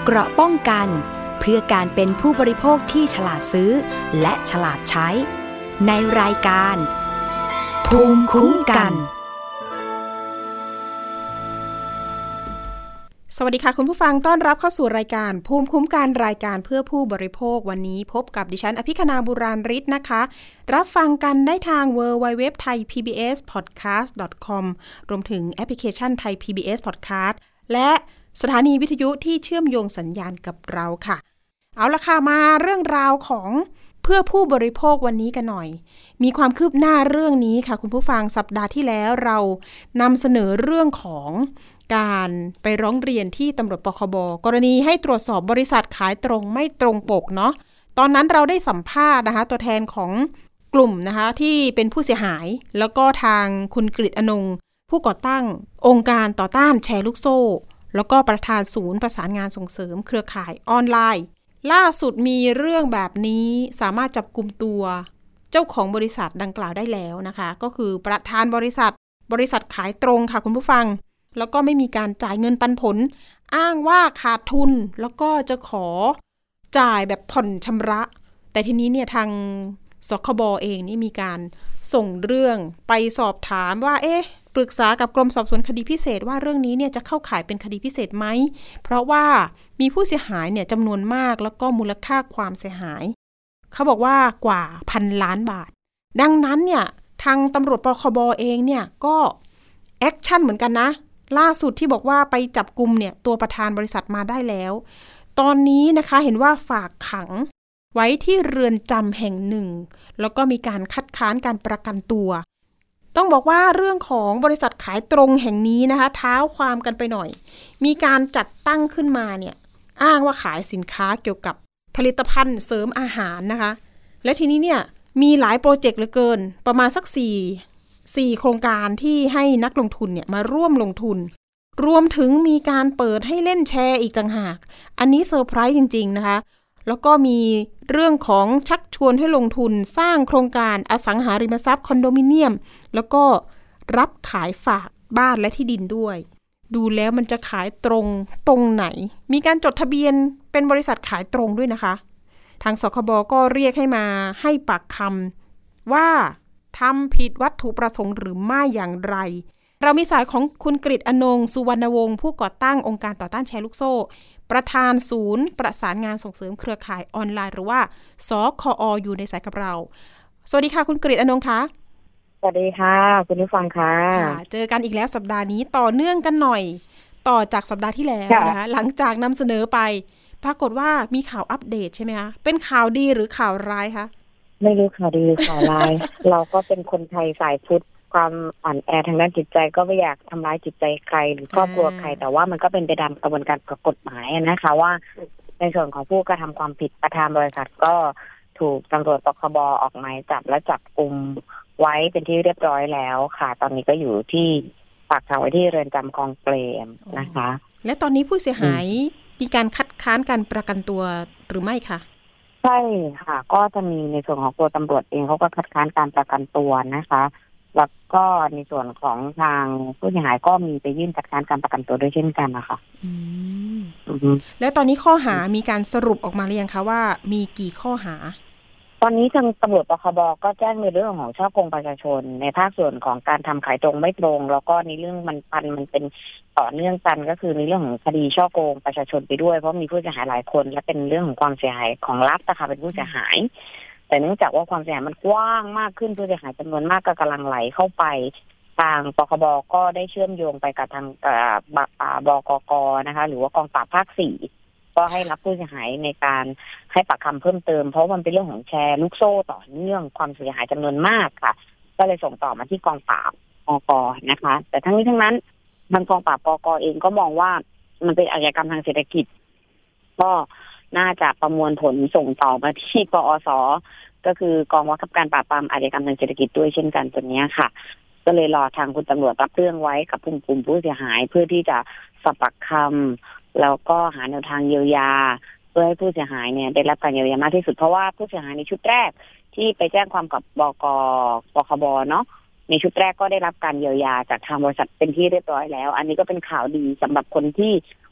เกราะป้องกันเพื่อการเป็นผู้บริโภคที่ฉลาดซื้อและฉลาดใช้ในรายการภูมิคุ้มกันสวัสดีค่ะคุณผู้ฟังต้อนรับเข้าสู่รายการภูมิคุ้มกันรายการเพื่อผู้บริโภควันนี้พบกับดิฉันอภิคณาบุราริศนะคะรับฟังกันได้ทาง www.thaipbspodcast.com รวมถึงแอปพลิเคชัน Thai PBS Podcast และสถานีวิทยุที่เชื่อมโยงสัญญาณกับเราค่ะเอาละค่ะมาเรื่องราวของเพื่อผู้บริโภควันนี้กันหน่อยมีความคืบหน้าเรื่องนี้ค่ะคุณผู้ฟังสัปดาห์ที่แล้วเรานำเสนอเรื่องของการไปร้องเรียนที่ตำรวจปคบ.กรณีให้ตรวจสอบบริษัทขายตรงไม่ตรงปกเนาะตอนนั้นเราได้สัมภาษณ์นะคะตัวแทนของกลุ่มนะคะที่เป็นผู้เสียหายแล้วก็ทางคุณกฤษอนงค์ผู้ก่อตั้งองค์การต่อต้านแชร์ลูกโซ่แล้วก็ประธานศูนย์ประสานงานส่งเสริมเครือข่ายออนไลน์ล่าสุดมีเรื่องแบบนี้สามารถจับกุมตัวเจ้าของบริษัทดังกล่าวได้แล้วนะคะก็คือประธานบริษัทขายตรงค่ะคุณผู้ฟังแล้วก็ไม่มีการจ่ายเงินปันผลอ้างว่าขาดทุนแล้วก็จะขอจ่ายแบบผ่อนชำระแต่ทีนี้เนี่ยทางสคบ.เองนี่มีการส่งเรื่องไปสอบถามว่าปรึกษากับกรมสอบสวนคดีพิเศษว่าเรื่องนี้เนี่ยจะเข้าข่ายเป็นคดีพิเศษไหมเพราะว่ามีผู้เสียหายเนี่ยจำนวนมากแล้วก็มูลค่าความเสียหายเขาบอกว่ากว่า1,000 ล้านบาทดังนั้นเนี่ยทางตำรวจปคบ.เองเนี่ยก็แอคชั่นเหมือนกันนะล่าสุดที่บอกว่าไปจับกุมเนี่ยตัวประธานบริษัทมาได้แล้วตอนนี้นะคะเห็นว่าฝากขังไว้ที่เรือนจำแห่งหนึ่งแล้วก็มีการคัดค้านการประกันตัวต้องบอกว่าเรื่องของบริษัทขายตรงแห่งนี้นะคะเท้าความกันไปหน่อยมีการจัดตั้งขึ้นมาเนี่ยอ้างว่าขายสินค้าเกี่ยวกับผลิตภัณฑ์เสริมอาหารนะคะและทีนี้เนี่ยมีหลายโปรเจกต์เหลือเกินประมาณสัก4โครงการที่ให้นักลงทุนเนี่ยมาร่วมลงทุนรวมถึงมีการเปิดให้เล่นแชร์อีกต่างหากอันนี้เซอร์ไพรส์จริงๆนะคะแล้วก็มีเรื่องของชักชวนให้ลงทุนสร้างโครงการอสังหาริมทรัพย์คอนโดมิเนียมแล้วก็รับขายฝากบ้านและที่ดินด้วยดูแล้วมันจะขายตรงไหนมีการจดทะเบียนเป็นบริษัทขายตรงด้วยนะคะทางสคบ.ก็เรียกให้มาให้ปากคำว่าทำผิดวัตถุประสงค์หรือไม่อย่างไรเรามีสายของคุณกฤษอนงค์สุวรรณวงศ์ผู้ก่อตั้งองค์การต่อต้านแชร์ลูกโซ่ประธานศูนย์ประสานงานส่งเสริมเครือข่ายออนไลน์หรือว่าสคอ.อยู่ในสายกับเราสวัสดีค่ะคุณกฤษอนงค์คะสวัสดีค่ะคุณผู้ฟังค่ะเจอกันอีกแล้วสัปดาห์นี้ต่อเนื่องกันหน่อยต่อจากสัปดาห์ที่แล้วนะคะหลังจากนำเสนอไปปรากฏว่ามีข่าวอัปเดตใช่ไหมคะเป็นข่าวดีหรือข่าวร้ายคะไม่รู้ข่าวดีหรือข่าวร้าย เราก็เป็นคนไทยสายพุทธความอ่อนแอทางด้านจิตใจก็ไม่อยากทำร้ายจิตใจใครหรือครอบครัวใครแต่ว่ามันก็เป็นไปตามกระบวนการกฎหมายนะคะว่าในส่วนของผู้กระทำความผิดประธานบริษัทก็ถูกตำรวจปคบ.ออกหมายจับและจับกุมไว้เป็นที่เรียบร้อยแล้วค่ะตอนนี้ก็อยู่ที่ฝากขังไว้ที่เรือนจำคลองเปรมนะคะและตอนนี้ผู้เสียหายมีการคัดค้านการประกันตัวหรือไม่คะใช่ค่ะก็จะมีในส่วนของตัวตำรวจเองเขาก็คัดค้านการประกันตัวนะคะแล้วก็ในส่วนของทางผู้เสียหายก็มีไปยื่นคัดค้านการประกันตัวด้วยเช่นกันนะคะแล้วตอนนี้ข้อหามีการสรุปออกมาหรือยังคะว่ามีกี่ข้อหาตอนนี้ทางตำรวจปคบ.ก็แจ้งในเรื่องของฉ้อโกงประชาชนในภาคส่วนของการทำขายตรงไม่ตรงแล้วก็ในเรื่องมันเป็นต่อเนื่องกันก็คือในเรื่องของคดีฉ้อโกงประชาชนไปด้วยเพราะมีผู้เสียหายหลายคนและเป็นเรื่องของความเสียหายของรัฐนะคะเป็นผู้เสียหายแต่เนื่องจากว่าความเสียหายมันกว้างมากขึ้นผู้เสียหายจำนวนมากก็กำลังไหลเข้าไปทางปคบ.ก็ได้เชื่อมโยงไปกับทางบกก.นะคะหรือว่ากองปราบภาค 4ก็ให้รับผู้เสียหายในการให้ปากคำเพิ่มเติมเพราะมันเป็นเรื่องของแชร์ลูกโซ่ต่อเนื่องความเสียหายจำนวนมากค่ะก็เลยส่งต่อมาที่กองปราบปก.นะคะแต่ทั้งนี้ทั้งนั้นทางกองปราบปก.เองก็มองว่ามันเป็นอาชญากรรมทางเศรษฐกิจก็น่าจะประมวลผลส่งต่อมาที่ปอส.ก็คือกองบังคับการปราบปรามอาชญากรรมทางเศรษฐกิจด้วยเช่นกันตัวนี้ค่ะก็เลยรอทางคุณตำรวจรับเรื่องไว้กับกลุ่มผู้เสียหายเพื่อที่จะสอบปากคำแล้วก็หาแนวทางเยียวยาเพื่อให้ผู้เสียหายเนี่ยได้รับการเยียวยามากที่สุดเพราะว่าผู้เสียหายในชุดแรกที่ไปแจ้งความกับบก.ปคบ.เนาะในชุดแรกก็ได้รับการเยียวยาจากทางบริษัทเป็นที่เรียบร้อยแล้วอันนี้ก็เป็นข่าวดีสำหรับคนที่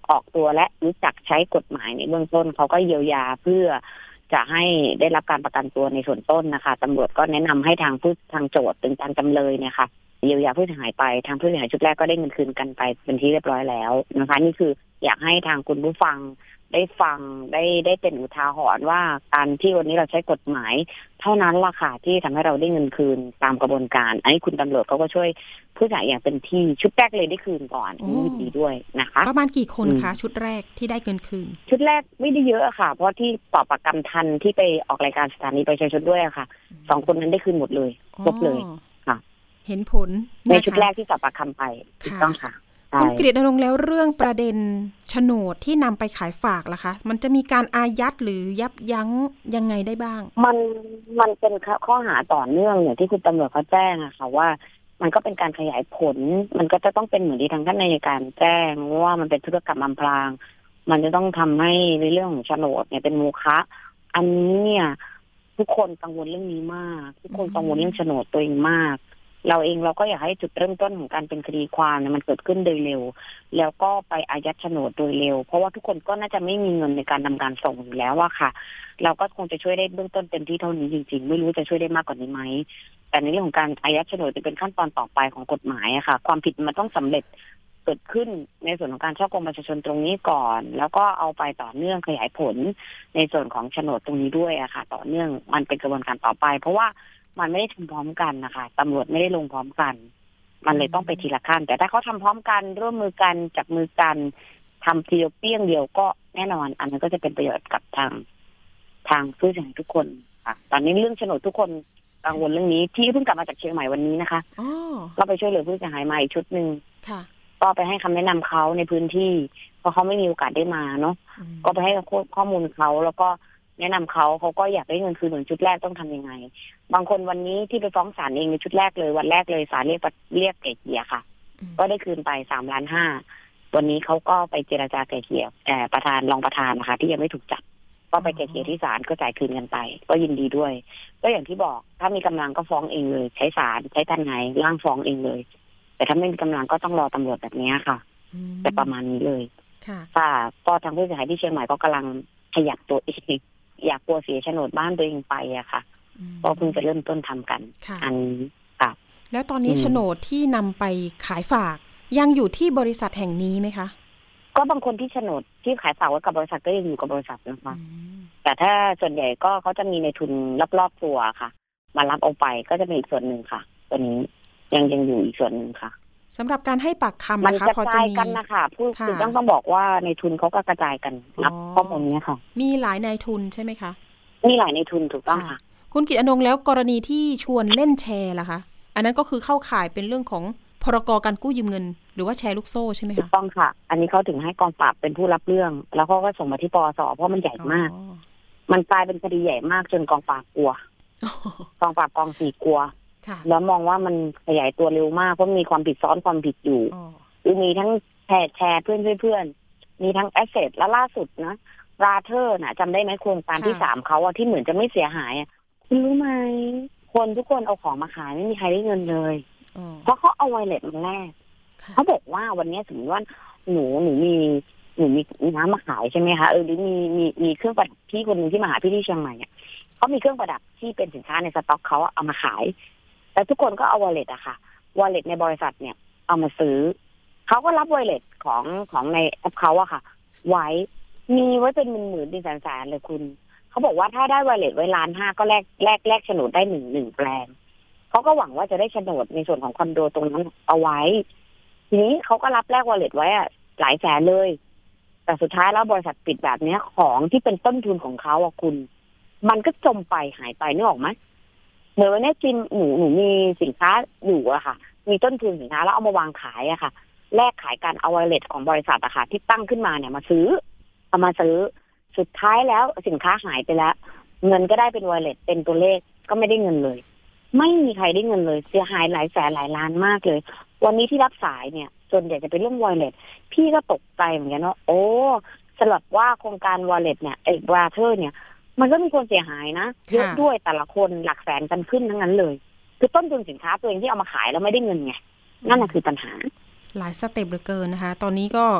ออกตัวและรู้จักใช้กฎหมายในเบื้องต้นเขาก็เยียวยาเพื่อจะให้ได้รับการประกันตัวในส่วนต้นนะคะตำรวจก็แนะนำให้ทางโจทก์เป็นทางจำเลยเนี่ยค่ะเยียวยาผู้เสียหายไปทางผู้เสียหายชุดแรกก็ได้เงินคืนกันไปเป็นที่เรียบร้อยแล้วนะคะนี่คืออยากให้ทางคุณผู้ฟังได้ฟังได้เป็นอุทาหรณ์ว่าการที่วันนี้เราใช้กฎหมายเท่านั้นล่ะค่ะที่ทำให้เราได้เงินคืนตามกระบวนการอันนี้คุณตำรวจเขาก็ช่วยผู้เสียหายอย่างเต็มที่ชุดแรกเลยได้คืนก่อนยินดีด้วยนะคะประมาณกี่คนคะชุดแรกที่ได้เงินคืนชุดแรกไม่ได้เยอะค่ะเพราะที่ตอบปากคำทันที่ไปออกรายการสถานีประชาชนด้วยค่ะ2 คนนั้นได้คืนหมดเลยครบเลยค่ะเห็นผลในชุดแรกที่สอบปากคำไปถูกต้องค่ะคุณกฤษณรงค์แล้วเรื่องประเด็นโฉนดที่นำไปขายฝากล่ะคะมันจะมีการอายัดหรือยับยั้งยังไงได้บ้างมันเป็นข้อหาต่อเนื่องอย่างที่คุณตำรวจเขาแจ้งอะค่ะว่ามันก็เป็นการขยายผลมันก็จะต้องเป็นเหมือนที่ทางท่านอัยการแจ้งว่ามันเป็นธุรกรรมอำพรางมันจะต้องทำให้ในเรื่องของโฉนดเนี่ยเป็นโมฆะอันนี้เนี่ยทุกคนกังวลเรื่องนี้มากทุกคนกังวลเรื่องโฉนดตัวเองมากเราเองเราก็อยากให้จุดเริ่มต้นของการเป็นคดีความเนี่ยมันเกิดขึ้นโดยเร็วแล้วก็ไปอายัดโฉนดโดยเร็วเพราะว่าทุกคนก็น่าจะไม่มีเงินในการทำการส่งอยู่แล้วอะค่ะเราก็คงจะช่วยได้เบื้องต้นเต็มที่เท่านี้จริงๆไม่รู้จะช่วยได้มากกว่านี้ไหมแต่ในเรื่องของการอายัดโฉนดจะเป็นขั้นตอนต่อไปของกฎหมายอะค่ะความผิดมันต้องสำเร็จเกิดขึ้นในส่วนของการฉ้อโกงประชาชนตรงนี้ก่อนแล้วก็เอาไปต่อเนื่องขยายผลในส่วนของโฉนดตรงนี้ด้วยอะค่ะต่อเนื่องมันเป็นกระบวนการต่อไปเพราะว่ามันไม่ได้ทำพร้อมกันนะคะตำรวจไม่ได้ลงพร้อมกันมันเลยต้องไปทีละขั้นแต่ถ้าเขาทำพร้อมกันร่วมมือกันจับมือกันทำทีเดียวเปี้ยงเดียวก็แน่นอนอันนั้นก็จะเป็นประโยชน์กับทางผู้เสียหายทุกคนค่ะตอนนี้เรื่องโฉนดทุกคนกังวลเรื่องนี้ที่เพิ่งกลับมาจากเชียงใหม่วันนี้นะคะก็ไปช่วยเหลือผู้เสียหายมาอีกชุดนึงก็ไปให้คำแนะนำเขาในพื้นที่เพราะเขาไม่มีโอกาสได้มาเนาะก็ไปให้ข้อมูลเขาแล้วก็แนะนำเขาก็อยากได้เงินคืนเหมือนชุดแรกต้องทำยังไงบางคนวันนี้ที่ไปฟ้องศาลเองในชุดแรกเลยวันแรกเลยศาลเรียกไกล่เกลี่ยค่ะก็ได้คืนไป3.5 ล้านวันนี้เขาก็ไปเจรจาไกล่เกลี่ยประธานรองประธานนะคะที่ยังไม่ถูกจับก็ไปไกล่เกลี่ยที่ศาลก็จ่ายคืนกันไปก็ยินดีด้วยก็อย่างที่บอกถ้ามีกำลังก็ฟ้องเองเลยใช้ศาลใช้ทนายร่างฟ้องเองเลยแต่ถ้าไม่มีกำลังก็ต้องรอตำรวจแบบนี้ค่ะแต่ประมาณนี้เลยค่ะก็ทางผู้เสียหายที่เชียงใหม่ก็กำลังขยับตัวเองอยากกลัวเสียโฉนดบ้านตัวเองไปอะค่ะก็เพิ่งจะเริ่มต้นทำกันอันค่ะแล้วตอนนี้โฉนดที่นำไปขายฝากยังอยู่ที่บริษัทแห่งนี้ไหมคะก็บางคนที่โฉนดที่ขายฝากไว้กับบริษัทก็ยังอยู่กับบริษัทนะคะแต่ถ้าส่วนใหญ่ก็เขาจะมีในทุนรอบๆตัวค่ะมารับเอาไปก็จะมีอีกส่วนหนึ่งค่ะตัวนี้ยังอยู่อีกส่วนหนึ่งค่ะสำหรับการให้ปากคำมันกระจายกันนะคะผู้คือต้องบอกว่าในทุนเขาก็กระจายกันรับข้อมูลนี้ค่ะมีหลายนายทุนใช่ไหมคะมีหลายนายทุนถูกต้องค่ะคุณกิตติอนงค์แล้วกรณีที่ชวนเล่นแชร์ล่ะคะอันนั้นก็คือเข้าข่ายเป็นเรื่องของพรก.การกู้ยืมเงินหรือว่าแชร์ลูกโซ่ใช่ไหมคะถูกต้องค่ะอันนี้เขาถึงให้กองปราบเป็นผู้รับเรื่องแล้วเขาก็ส่งมาที่ปส.เพราะมันใหญ่มากมันกลายเป็นคดีใหญ่มากจนกองปราบกลัวกองปราบกอง4กลัวแล้วมองว่ามันขยายตัวเร็วมากเพราะมีความผิดซ้อนความผิดอยู่มีทั้งแชร์เพื่อนมีทั้งแอสเซทและล่าสุดนะราเธอร์น่ะจำได้ไหมโครงการที่3เขาที่เหมือนจะไม่เสียหายคุณรู้ไหมคนทุกคนเอาของมาขายไม่มีใครได้เงินเลยเพราะเขาเอาไวเลสมาแลกเขาบอกว่าวันนี้สมมติว่าหนูมีน้ำมาขายใช่ไหมคะหรือมีเครื่องประดับพี่คนนึงที่มาหาพี่ที่เชียงใหม่เนี่ยเขามีเครื่องประดับที่เป็นสินค้าในสต็อกเขาเอามาขายแต่ทุกคนก็เอาวอลเล็ตอะค่ะวอลเล็ตในบริษัทเนี่ยเอามาซื้อเขาก็รับวอลเล็ตของในแอปเขาอะค่ะไว้มีไว้เป็นหมื่นเป็นแสนเลยคุณเขาบอกว่าถ้าได้วอลเล็ตไว้1.5 ล้านก็แลกโฉนดได้หนึ่งแปลงเขาก็หวังว่าจะได้โฉนดในส่วนของคอนโดตรงนั้นเอาไว้ทีนี้เขาก็รับแลกวอลเล็ตไว้อะหลายแสนเลยแต่สุดท้ายแล้วบริษัทปิดแบบนี้ของที่เป็นต้นทุนของเขาอะคุณมันก็จมไปหายไปนึกออกไหมเหมือนวันนี้จิมหนูมีสินค้าอยู่อะค่ะมีต้นทุนสินค้าแล้วเอามาวางขายอะค่ะแลกขายกันเอาวอลเล็ตของบริษัทอะค่ะที่ตั้งขึ้นมาเนี่ยมาซื้อสุดท้ายแล้วสินค้าหายไปแล้วเงินก็ได้เป็นวอลเล็ตเป็นตัวเลขก็ไม่ได้เงินเลยไม่มีใครได้เงินเลยเสียหายหลายแสนหลายล้านมากเลยวันนี้ที่รับสายเนี่ยส่วนใหญ่จะเป็นเรื่องวอลเล็ตพี่ก็ตกใจเหมือนกันว่าโอ้สำหรับว่าโครงการวอลเล็ตเนี่ยบราเธอร์เนี่ยมันก็มีคนเสียหายนะเยอะด้วยแต่ละคนหลักแสนกันขึ้นทั้งนั้นเลยคือต้นทุนสินค้าตัวเองที่เอามาขายแล้วไม่ได้เงินไงนั่นคือปัญหาหลายสเต็ปเหลือเกินนะคะตอนนี้ก็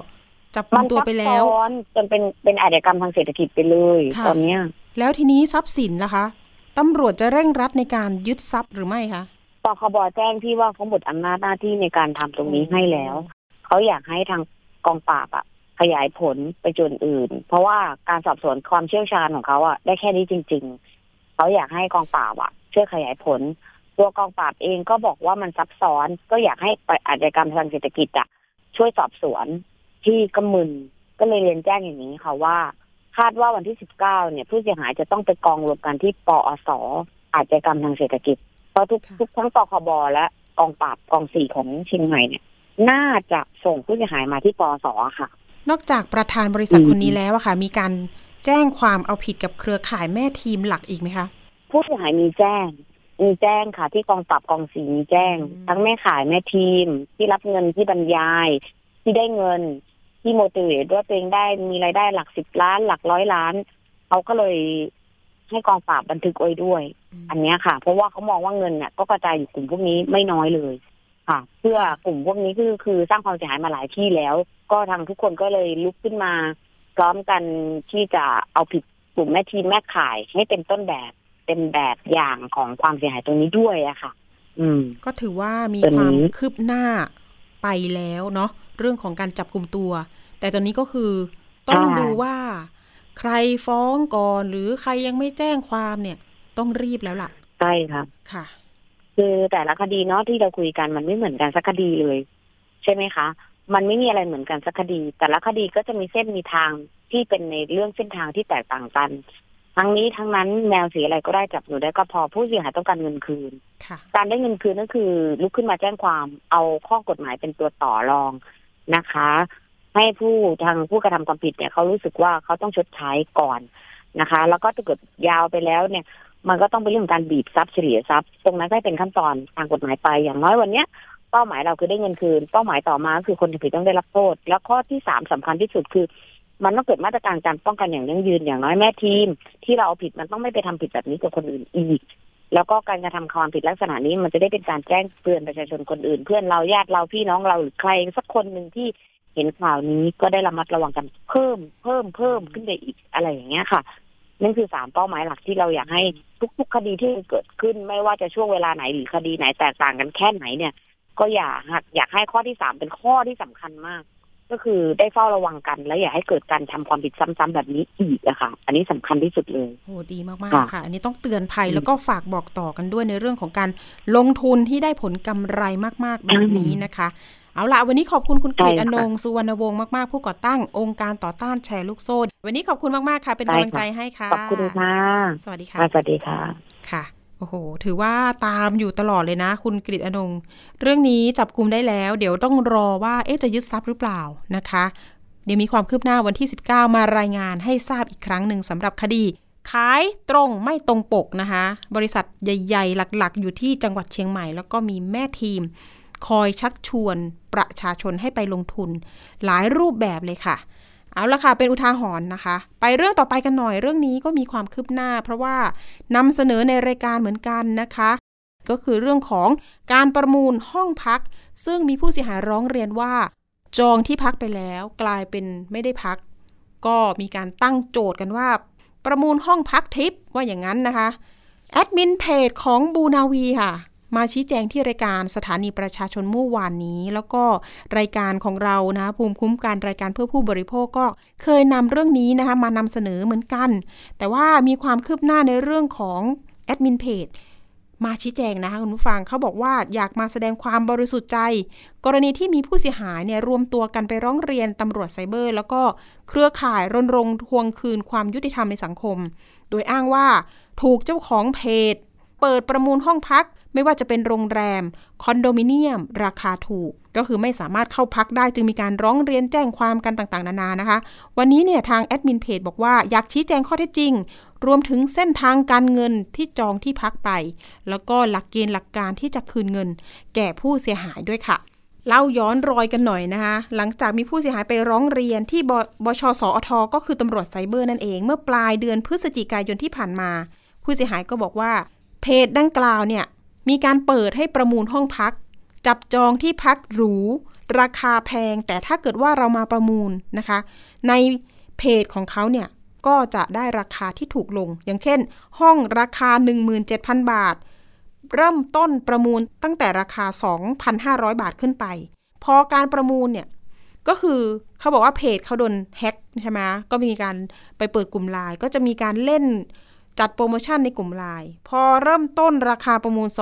จับกุมตัวไปแล้วมันซับซ้อนจนเป็นอาชญากรรมทางเศรษฐกิจไปเลยตอนนี้แล้วทีนี้ทรัพย์สินล่ะคะตำรวจจะเร่งรัดในการยึดทรัพย์หรือไม่คะปคบ.แจ้งที่ว่าเขาหมดอำนาจหน้าที่ในการทำตรงนี้ให้แล้วเขาอยากให้ทางกองปราบขยายผลไปจุดอื่นเพราะว่าการสอบสวนความเชี่ยวชาญของเขาได้แค่นี้จริงๆเขาอยากให้กองปราบช่วยขยายผลตัวกองปราบเองก็บอกว่ามันซับซ้อนก็อยากให้อาชญากรรมทางเศรษฐกิจช่วยสอบสวนที่กำมึนก็เลยเรียนแจ้งอย่างนี้ค่ะว่าคาดว่าวันที่19เนี่ยผู้เสียหายจะต้องไปกองรวมกันที่ปอส.อาชญากรรมทางเศรษฐกิจเพราะทุกทั้งปคบ.และกองปราบกอง4ของเชียงใหม่เนี่ยน่าจะส่งผู้เสียหายมาที่ปอส.ค่ะนอกจากประธานบริษัทคนนี้แล้วค่ะมีการแจ้งความเอาผิดกับเครือข่ายแม่ทีมหลักอีกไหมคะผู้เสียหายมีแจ้งค่ะที่กองปราบกอง4มีแจ้งทั้งแม่ขายแม่ทีมที่รับเงินที่บรรยายที่ได้เงินที่โมติเวตด้วยตัวเองได้มีรายได้หลัก10 ล้านหลัก100 ล้านเขาก็เลยให้กองปราบบันทึกไว้ด้วยอันนี้ค่ะเพราะว่าเขามองว่าเงินเนี่ยก็กระจายอยู่กลุ่มพวกนี้ไม่น้อยเลยค่ะเพื่อกลุ่มพวกนี้คือสร้างความเสียหายมาหลายที่แล้วก็ทางทุกคนก็เลยลุกขึ้นมาพร้อมกันที่จะเอาผิดกลุ่มแม่ทีมแม่ขายให้เป็นต้นแบบเป็นแบบอย่างของความเสียหายตรงนี้ด้วยอะค่ะก็ถือว่ามีความคืบหน้าไปแล้วเนาะเรื่องของการจับกุมตัวแต่ตอนนี้ก็คือต้องดูว่าใครฟ้องก่อนหรือใครยังไม่แจ้งความเนี่ยต้องรีบแล้วล่ะใช่ครับค่ะคือแต่ละคดีเนาะที่เราคุยกันมันไม่เหมือนกันสักคดีเลยใช่ไหมคะมันไม่มีอะไรเหมือนกันสักคดีแต่ละคดีก็จะมีเส้นมีทางที่เป็นในเรื่องเส้นทางที่แตกต่างกันทั้งนี้ทั้งนั้นแนวสีอะไรก็ได้จับหนูได้ก็พอผู้เสียหายต้องการเงินคืนการได้เงินคืนก็คือลุกขึ้นมาแจ้งความเอาข้อกฎหมายเป็นตัวต่อรองนะคะให้ทางผู้กระทำความผิดเนี่ยเขารู้สึกว่าเขาต้องชดใช้ก่อนนะคะแล้วก็ถ้าเกิดยาวไปแล้วเนี่ยมันก็ต้องเป็นเรื่องการบีบทรัพย์เฉลี่ยทรัพย์ตรงนั้นก็เป็นขั้นตอนทางกฎหมายไปอย่างน้อยวันเนี้ยเป้าหมายเราคือได้เงินคืนเป้าหมายต่อมาคือคนผิดต้องได้รับโทษแล้วข้อที่3สำคัญที่สุดคือมันต้องเกิดมาตรการการป้องกันอย่างยั่งยืนอย่างน้อยแม่ทีมที่เราเอาผิดมันต้องไม่ไปทำผิดแบบนี้กับคนอื่นอีกแล้วก็การกระทำความผิดลักษณะนี้มันจะได้เป็นการแจ้งเตือนประชาชนคนอื่นเพื่อนเราญาติเราพี่น้องเราหรือใครสักคนนึงที่เห็นข่าวนี้ก็ได้ระมัดระวังกันเพิ่มขึ้นไปอีกอะไรอย่างเงี้ยค่ะนั่นคือ3เป้าหมายหลักที่เราอยากให้ทุกๆคดีที่เกิดขึ้นไม่ว่าจะช่วงเวลาไหนหรือคดีไหนแตกต่างกันแค่ไหนเนี่ยก็อยากให้ข้อที่3เป็นข้อที่สำคัญมากก็คือได้เฝ้าระวังกันและอย่าให้เกิดการทำความผิดซ้ำๆแบบนี้อีกอะค่ะอันนี้สำคัญที่สุดเลยโอ้ดีมากๆค่ะอันนี้ต้องเตือนภัยแล้วก็ฝากบอกต่อกันด้วยในเรื่องของการลงทุนที่ได้ผลกำไรมากๆแบบนี้นะคะเอาล่ะวันนี้ขอบคุณคุณกฤษอนงค์สุวรรณวงศ์มากๆผู้ก่อตั้งองค์การต่อต้านแชร์ลูกโซ่วันนี้ขอบคุณมากๆค่ะเป็นกำลังใจให้ค่ะขอบคุณค่ะสวัสดีค่ะสวัสดีค่ะค่ะโอ้โหถือว่าตามอยู่ตลอดเลยนะคุณกฤษอนงค์เรื่องนี้จับกุมได้แล้วเดี๋ยวต้องรอว่าจะยึดทรัพย์หรือเปล่านะคะเดี๋ยวมีความคืบหน้าวันที่19มารายงานให้ทราบอีกครั้งหนึ่งสำหรับคดีขายตรงไม่ตรงปกนะคะบริษัทใหญ่ๆหลักๆอยู่ที่จังหวัดเชียงใหม่แล้วก็มีแม่ทีมคอยชักชวนประชาชนให้ไปลงทุนหลายรูปแบบเลยค่ะเอาละค่ะเป็นอุทาหรณ์นะคะไปเรื่องต่อไปกันหน่อยเรื่องนี้ก็มีความคืบหน้าเพราะว่านำเสนอในรายการเหมือนกันนะคะก็คือเรื่องของการประมูลห้องพักซึ่งมีผู้เสียหายร้องเรียนว่าจองที่พักไปแล้วกลายเป็นไม่ได้พักก็มีการตั้งโจทย์กันว่าประมูลห้องพักทิปว่าอย่างนั้นนะคะแอดมินเพจของบูนาวีค่ะมาชี้แจงที่รายการสถานีประชาชนเมื่อวานนี้แล้วก็รายการของเรานะภูมิคุ้มกันรายการเพื่อผู้บริโภคก็เคยนำเรื่องนี้นะคะมานำเสนอเหมือนกันแต่ว่ามีความคืบหน้าในเรื่องของแอดมินเพจมาชี้แจงนะคะคุณผู้ฟังเขาบอกว่าอยากมาแสดงความบริสุทธิ์ใจกรณีที่มีผู้เสียหายเนี่ยรวมตัวกันไปร้องเรียนตำรวจไซเบอร์แล้วก็เครือข่ายรณรงค์ทวงคืนความยุติธรรมในสังคมโดยอ้างว่าถูกเจ้าของเพจเปิดประมูลห้องพักไม่ว่าจะเป็นโรงแรมคอนโดมิเนียมราคาถูกก็คือไม่สามารถเข้าพักได้จึงมีการร้องเรียนแจ้งความกันต่างๆนานานะคะวันนี้เนี่ยทางแอดมินเพจบอกว่าอยากชี้แจงข้อเท็จจริงรวมถึงเส้นทางการเงินที่จองที่พักไปแล้วก็หลักเกณฑ์หลักการที่จะคืนเงินแก่ผู้เสียหายด้วยค่ะเล่าย้อนรอยกันหน่อยนะคะหลังจากมีผู้เสียหายไปร้องเรียนที่บชสอท.ก็คือตำรวจไซเบอร์นั่นเองเมื่อปลายเดือนพฤศจิกายนที่ผ่านมาผู้เสียหายก็บอกว่าเพจดังกล่าวเนี่ยมีการเปิดให้ประมูลห้องพักจับจองที่พักหรูราคาแพงแต่ถ้าเกิดว่าเรามาประมูลนะคะในเพจของเขาเนี่ยก็จะได้ราคาที่ถูกลงอย่างเช่นห้องราคา 17,000 บาทเริ่มต้นประมูลตั้งแต่ราคา 2,500 บาทขึ้นไปพอการประมูลเนี่ยก็คือเขาบอกว่าเพจเขาโดนแฮ็กใช่ไหมก็มีการไปเปิดกลุ่มไลน์ก็จะมีการเล่นจัดโปรโมชั่นในกลุ่มไลน์พอเริ่มต้นราคาประมูล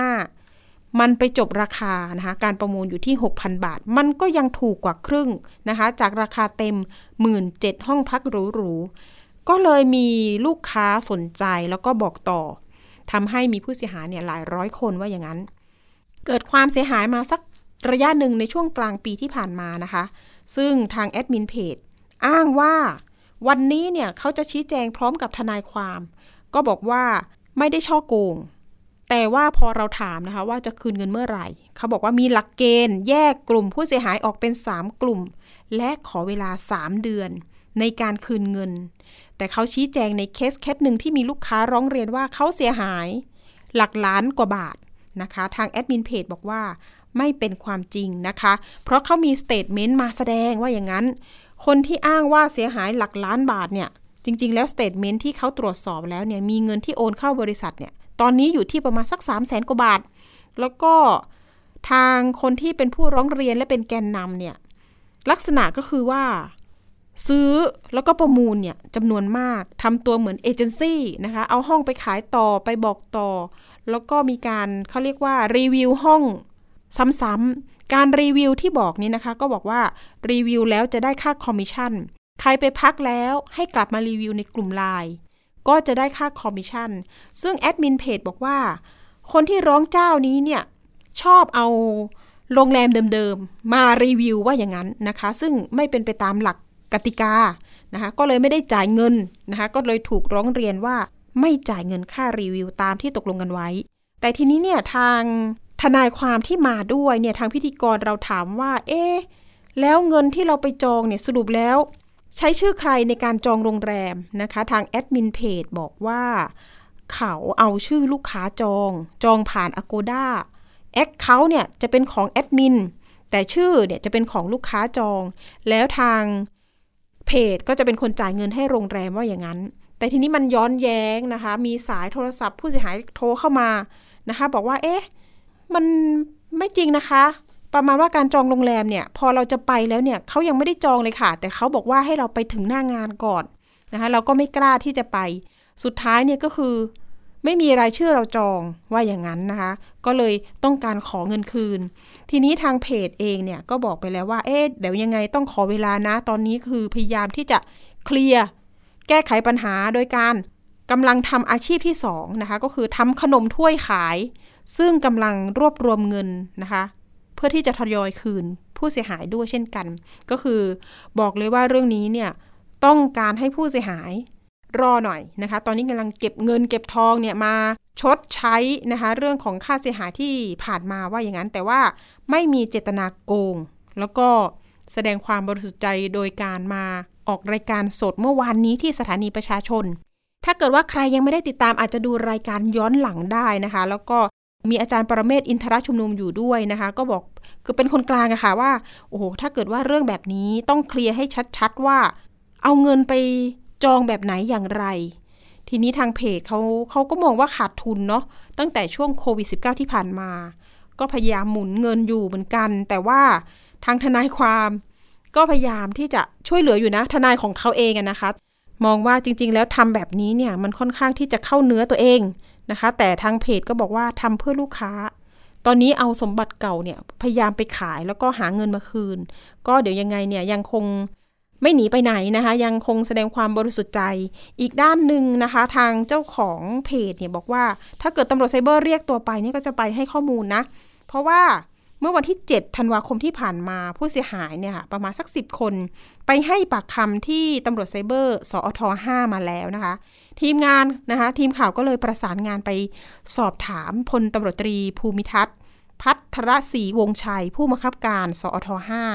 2,500 มันไปจบราคานะคะการประมูลอยู่ที่ 6,000 บาทมันก็ยังถูกกว่าครึ่งนะคะจากราคาเต็ม 17,000 ห้องพักหรูๆก็เลยมีลูกค้าสนใจแล้วก็บอกต่อทำให้มีผู้เสียหายเนี่ยหลายร้อยคนว่าอย่างนั้นเกิดความเสียหายมาสักระยะหนึ่งในช่วงกลางปีที่ผ่านมานะคะซึ่งทางแอดมินเพจอ้างว่าวันนี้เนี่ยเขาจะชี้แจงพร้อมกับทนายความก็บอกว่าไม่ได้ฉ้อโกงแต่ว่าพอเราถามนะคะว่าจะคืนเงินเมื่อไหร่เขาบอกว่ามีหลักเกณฑ์แยกกลุ่มผู้เสียหายออกเป็น3กลุ่มและขอเวลา3เดือนในการคืนเงินแต่เขาชี้แจงในเคสหนึ่งที่มีลูกค้าร้องเรียนว่าเขาเสียหายหลักล้านกว่าบาทนะคะทางแอดมินเพจบอกว่าไม่เป็นความจริงนะคะเพราะเขามีสเตทเมนต์มาแสดงว่าอย่างนั้นคนที่อ้างว่าเสียหายหลักล้านบาทเนี่ยจริงๆแล้วสเตทเมนต์ที่เขาตรวจสอบแล้วเนี่ยมีเงินที่โอนเข้าบริษัทเนี่ยตอนนี้อยู่ที่ประมาณสัก 300,000 กว่าบาทแล้วก็ทางคนที่เป็นผู้ร้องเรียนและเป็นแกนนำเนี่ยลักษณะก็คือว่าซื้อแล้วก็ประมูลเนี่ยจำนวนมากทำตัวเหมือนเอเจนซี่นะคะเอาห้องไปขายต่อไปบอกต่อแล้วก็มีการเขาเรียกว่ารีวิวห้องซ้ำๆการรีวิวที่บอกนี้นะคะก็บอกว่ารีวิวแล้วจะได้ค่าคอมมิชชั่นใครไปพักแล้วให้กลับมารีวิวในกลุ่มไลน์ก็จะได้ค่าคอมมิชชั่นซึ่งแอดมินเพจบอกว่าคนที่ร้องเจ้านี้เนี่ยชอบเอาโรงแรมเดิมๆมารีวิวว่าอย่างนั้นนะคะซึ่งไม่เป็นไปตามหลักกติกานะคะก็เลยไม่ได้จ่ายเงินนะคะก็เลยถูกร้องเรียนว่าไม่จ่ายเงินค่ารีวิวตามที่ตกลงกันไว้แต่ทีนี้เนี่ยทางทนายความที่มาด้วยเนี่ยทางพิธีกรเราถามว่าแล้วเงินที่เราไปจองเนี่ยสรุปแล้วใช้ชื่อใครในการจองโรงแรมนะคะทางแอดมินเพจบอกว่าเขาเอาชื่อลูกค้าจองผ่าน Agoda แอคเคาท์เนี่ยจะเป็นของแอดมินแต่ชื่อเนี่ยจะเป็นของลูกค้าจองแล้วทางเพจก็จะเป็นคนจ่ายเงินให้โรงแรมว่าอย่างนั้นแต่ทีนี้มันย้อนแย้งนะคะมีสายโทรศัพท์ผู้เสียหายโทรเข้ามานะคะบอกว่ามันไม่จริงนะคะประมาณว่าการจองโรงแรมเนี่ยพอเราจะไปแล้วเนี่ยเขายังไม่ได้จองเลยค่ะแต่เขาบอกว่าให้เราไปถึงหน้างานก่อนนะคะเราก็ไม่กล้าที่จะไปสุดท้ายเนี่ยก็คือไม่มีรายชื่อเราจองว่าอย่างนั้นนะคะก็เลยต้องการขอเงินคืนทีนี้ทางเพจเองเนี่ยก็บอกไปแล้วว่าเดี๋ยวยังไงต้องขอเวลานะตอนนี้คือพยายามที่จะเคลียร์แก้ไขปัญหาโดยการกำลังทำอาชีพที่2นะคะก็คือทำขนมถ้วยขายซึ่งกำลังรวบรวมเงินนะคะเพื่อที่จะทยอยคืนผู้เสียหายด้วยเช่นกันก็คือบอกเลยว่าเรื่องนี้เนี่ยต้องการให้ผู้เสียหายรอหน่อยนะคะตอนนี้กำลังเก็บเงินเก็บทองเนี่ยมาชดใช้นะคะเรื่องของค่าเสียหายที่ผ่านมาว่าอย่างนั้นแต่ว่าไม่มีเจตนาโกงแล้วก็แสดงความบริสุทธิ์ใจโดยการมาออกรายการสดเมื่อวานนี้ที่สถานีประชาชนถ้าเกิดว่าใครยังไม่ได้ติดตามอาจจะดูรายการย้อนหลังได้นะคะแล้วก็มีอาจารย์ปรเมศวร์อินทรชุมนุมอยู่ด้วยนะคะก็บอกคือเป็นคนกลางอะค่ะว่าโอ้โหถ้าเกิดว่าเรื่องแบบนี้ต้องเคลียร์ให้ชัดๆว่าเอาเงินไปจองแบบไหนอย่างไรทีนี้ทางเพจเขาก็มองว่าขาดทุนเนาะตั้งแต่ช่วงโควิด -19 ที่ผ่านมาก็พยายามหมุนเงินอยู่เหมือนกันแต่ว่าทางทนายความก็พยายามที่จะช่วยเหลืออยู่นะทนายของเขาเองนะคะมองว่าจริงๆแล้วทำแบบนี้เนี่ยมันค่อนข้างที่จะเข้าเนื้อตัวเองนะคะแต่ทางเพจก็บอกว่าทำเพื่อลูกค้าตอนนี้เอาสมบัติเก่าเนี่ยพยายามไปขายแล้วก็หาเงินมาคืนก็เดี๋ยวยังไงเนี่ยยังคงไม่หนีไปไหนนะคะยังคงแสดงความบริสุทธิ์ใจอีกด้านหนึ่งนะคะทางเจ้าของเพจเนี่ยบอกว่าถ้าเกิดตำรวจไซเบอร์เรียกตัวไปเนี่ยก็จะไปให้ข้อมูลนะเพราะว่าเมื่อวันที่7ธันวาคมที่ผ่านมาผู้เสียหายเนี่ยค่ะประมาณสัก10คนไปให้ปากคำที่ตำรวจไซเบอร์สอท5มาแล้วนะคะทีมงานนะคะทีมข่าวก็เลยประสานงานไปสอบถามพลตำรวจตรีภูมิทัศน์ภัทรศรีวงชัยผู้บังคับการสอท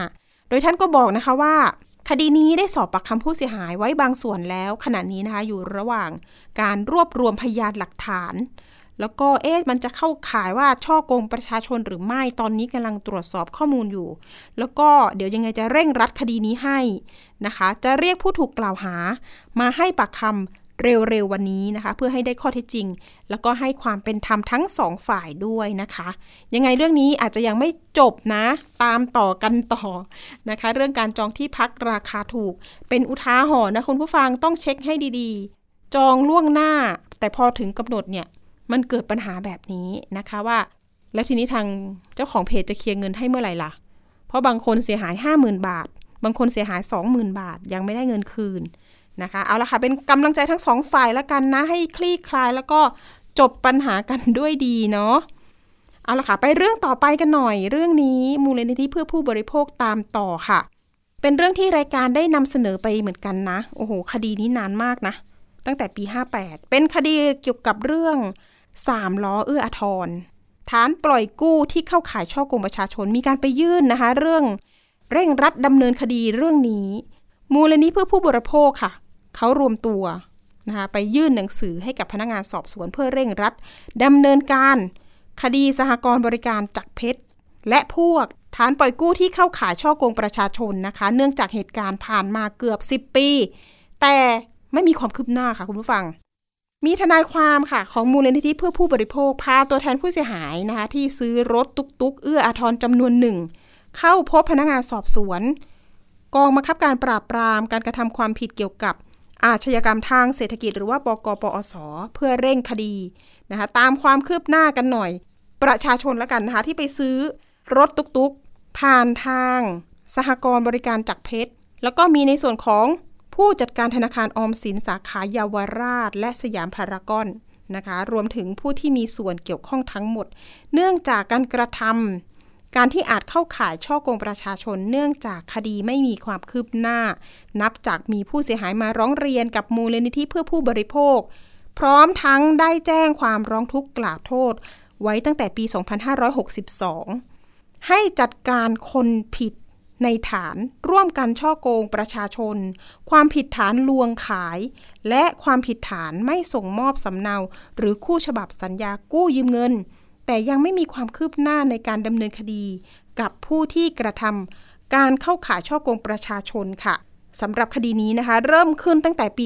5โดยท่านก็บอกนะคะว่าคดีนี้ได้สอบปากคำผู้เสียหายไว้บางส่วนแล้วขณะนี้นะคะอยู่ระหว่างการรวบรวมพยานหลักฐานแล้วก็มันจะเข้าข่ายว่าฉ้อโกงประชาชนหรือไม่ตอนนี้กำลังตรวจสอบข้อมูลอยู่แล้วก็เดี๋ยวยังไงจะเร่งรัดคดีนี้ให้นะคะจะเรียกผู้ถูกกล่าวหามาให้ปากคำเร็วๆวันนี้นะคะเพื่อให้ได้ข้อเท็จจริงแล้วก็ให้ความเป็นธรรมทั้งสองฝ่ายด้วยนะคะยังไงเรื่องนี้อาจจะยังไม่จบนะตามต่อกันต่อนะคะเรื่องการจองที่พักราคาถูกเป็นอุทาหรณ์นะคุณผู้ฟังต้องเช็คให้ดีๆจองล่วงหน้าแต่พอถึงกำหนดเนี่ยมันเกิดปัญหาแบบนี้นะคะว่าแล้วทีนี้ทางเจ้าของเพจจะเคลียร์เงินให้เมื่อไหร่ล่ะเพราะบางคนเสียหาย 50,000 บาทบางคนเสียหาย 20,000 บาทยังไม่ได้เงินคืนนะคะเอาละค่ะเป็นกำลังใจทั้งสองฝ่ายแล้วกันนะให้คลี่คลายแล้วก็จบปัญหากันด้วยดีเนาะเอาละค่ะไปเรื่องต่อไปกันหน่อยเรื่องนี้มูลนิธิเพื่อผู้บริโภคตามต่อค่ะเป็นเรื่องที่รายการได้นำเสนอไปเหมือนกันนะโอ้โหคดีนี้นานมากนะตั้งแต่ปี 58เป็นคดีเกี่ยวกับเรื่อง3ล้อเอื้ออาทรฐานปล่อยกู้ที่เข้าข่ายฉ้อโกงประชาชนมีการไปยื่นนะคะเรื่องเร่งรัดดำเนินคดีเรื่องนี้มูลนิธิเพื่อผู้บริโภคค่ะเขารวมตัวนะคะไปยื่นหนังสือให้กับพนักงานสอบสวนเพื่อเร่งรัดดำเนินการคดีสหกรณ์บริการจักรเพชรและพวกฐานปล่อยกู้ที่เข้าข่ายฉ้อโกงประชาชนนะคะเนื่องจากเหตุการณ์ผ่านมาเกือบ10ปีแต่ไม่มีความคืบหน้าค่ะคุณผู้ฟังมีทนายความค่ะของมูลนิธิเพื่อผู้บริโภคพาตัวแทนผู้เสียหายนะคะที่ซื้อรถตุ๊กๆเอื้ออาทรจำนวนหนึ่งเข้าพบพนักงานสอบสวนกองบังคับการปราบปรามการกระทำความผิดเกี่ยวกับอาชญากรรมทางเศรษฐกิจหรือว่าบก.ปอส.เพื่อเร่งคดีนะคะตามความคืบหน้ากันหน่อยประชาชนแล้วกันนะคะที่ไปซื้อรถตุ๊กๆผ่านทางสหกรณ์บริการจักรเพชรแล้วก็มีในส่วนของผู้จัดการธนาคารออมสินสาขาเยาวราชและสยามพารากอนนะคะรวมถึงผู้ที่มีส่วนเกี่ยวข้องทั้งหมดเนื่องจากการกระทำการที่อาจเข้าข่ายฉ้อโกงประชาชนเนื่องจากคดีไม่มีความคืบหน้านับจากมีผู้เสียหายมาร้องเรียนกับมูลนิธิเพื่อผู้บริโภคพร้อมทั้งได้แจ้งความร้องทุกข์กล่าวโทษไว้ตั้งแต่ปี 2562 ให้จัดการคนผิดในฐานร่วมกันฉ้อโกงประชาชนความผิดฐานลวงขายและความผิดฐานไม่ส่งมอบสำเนาหรือคู่ฉบับสัญญากู้ยืมเงินแต่ยังไม่มีความคืบหน้าในการดำเนินคดีกับผู้ที่กระทำการเข้าข่ายฉ้อโกงประชาชนค่ะสำหรับคดีนี้นะคะเริ่มขึ้นตั้งแต่ปี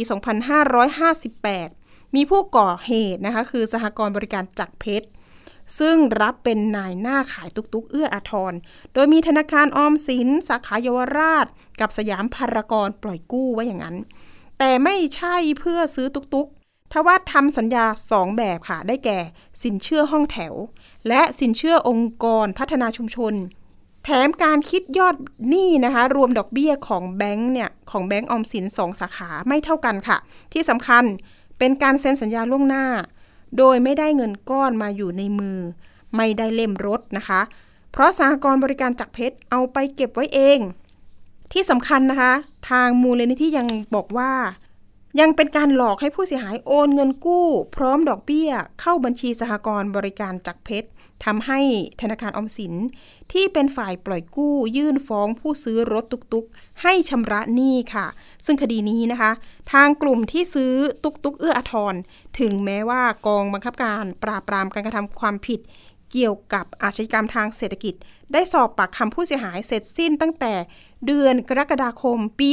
2558 มีผู้ก่อเหตุนะคะคือสหกรณ์บริการจักรเพชรซึ่งรับเป็นนายหน้าขายตุ๊กๆเอื้ออาทรโดยมีธนาคารออมสินสาขาเยาวราชกับสยามพารากอนปล่อยกู้ไว้อย่างนั้นแต่ไม่ใช่เพื่อซื้อตุ๊กๆทว่าทำสัญญา2แบบค่ะได้แก่สินเชื่อห้องแถวและสินเชื่อองค์กรพัฒนาชุมชนแถมการคิดยอดหนี้นะคะรวมดอกเบี้ยของแบงค์เนี่ยของแบงค์ออมสิน2สาขาไม่เท่ากันค่ะที่สำคัญเป็นการเซ็นสัญญาล่วงหน้าโดยไม่ได้เงินก้อนมาอยู่ในมือไม่ได้เล่มรถนะคะเพราะสหกรณ์บริการจักรเพชรเอาไปเก็บไว้เองที่สำคัญนะคะทางมูลนิธิยังบอกว่ายังเป็นการหลอกให้ผู้เสียหายโอนเงินกู้พร้อมดอกเบี้ยเข้าบัญชีสหกรณ์บริการจักรเพชรทำให้ธนาคารออมสินที่เป็นฝ่ายปล่อยกู้ยื่นฟ้องผู้ซื้อรถตุ๊กๆให้ชำระหนี้ค่ะซึ่งคดีนี้นะคะทางกลุ่มที่ซื้อตุ๊กๆเอื้ออาทรถึงแม้ว่ากองบังคับการปราบปรามการกระทำความผิดเกี่ยวกับอาชญากรรมทางเศรษฐกิจได้สอบปากคำผู้เสียหายเสร็จสิ้นตั้งแต่เดือนกรกฎาคมปี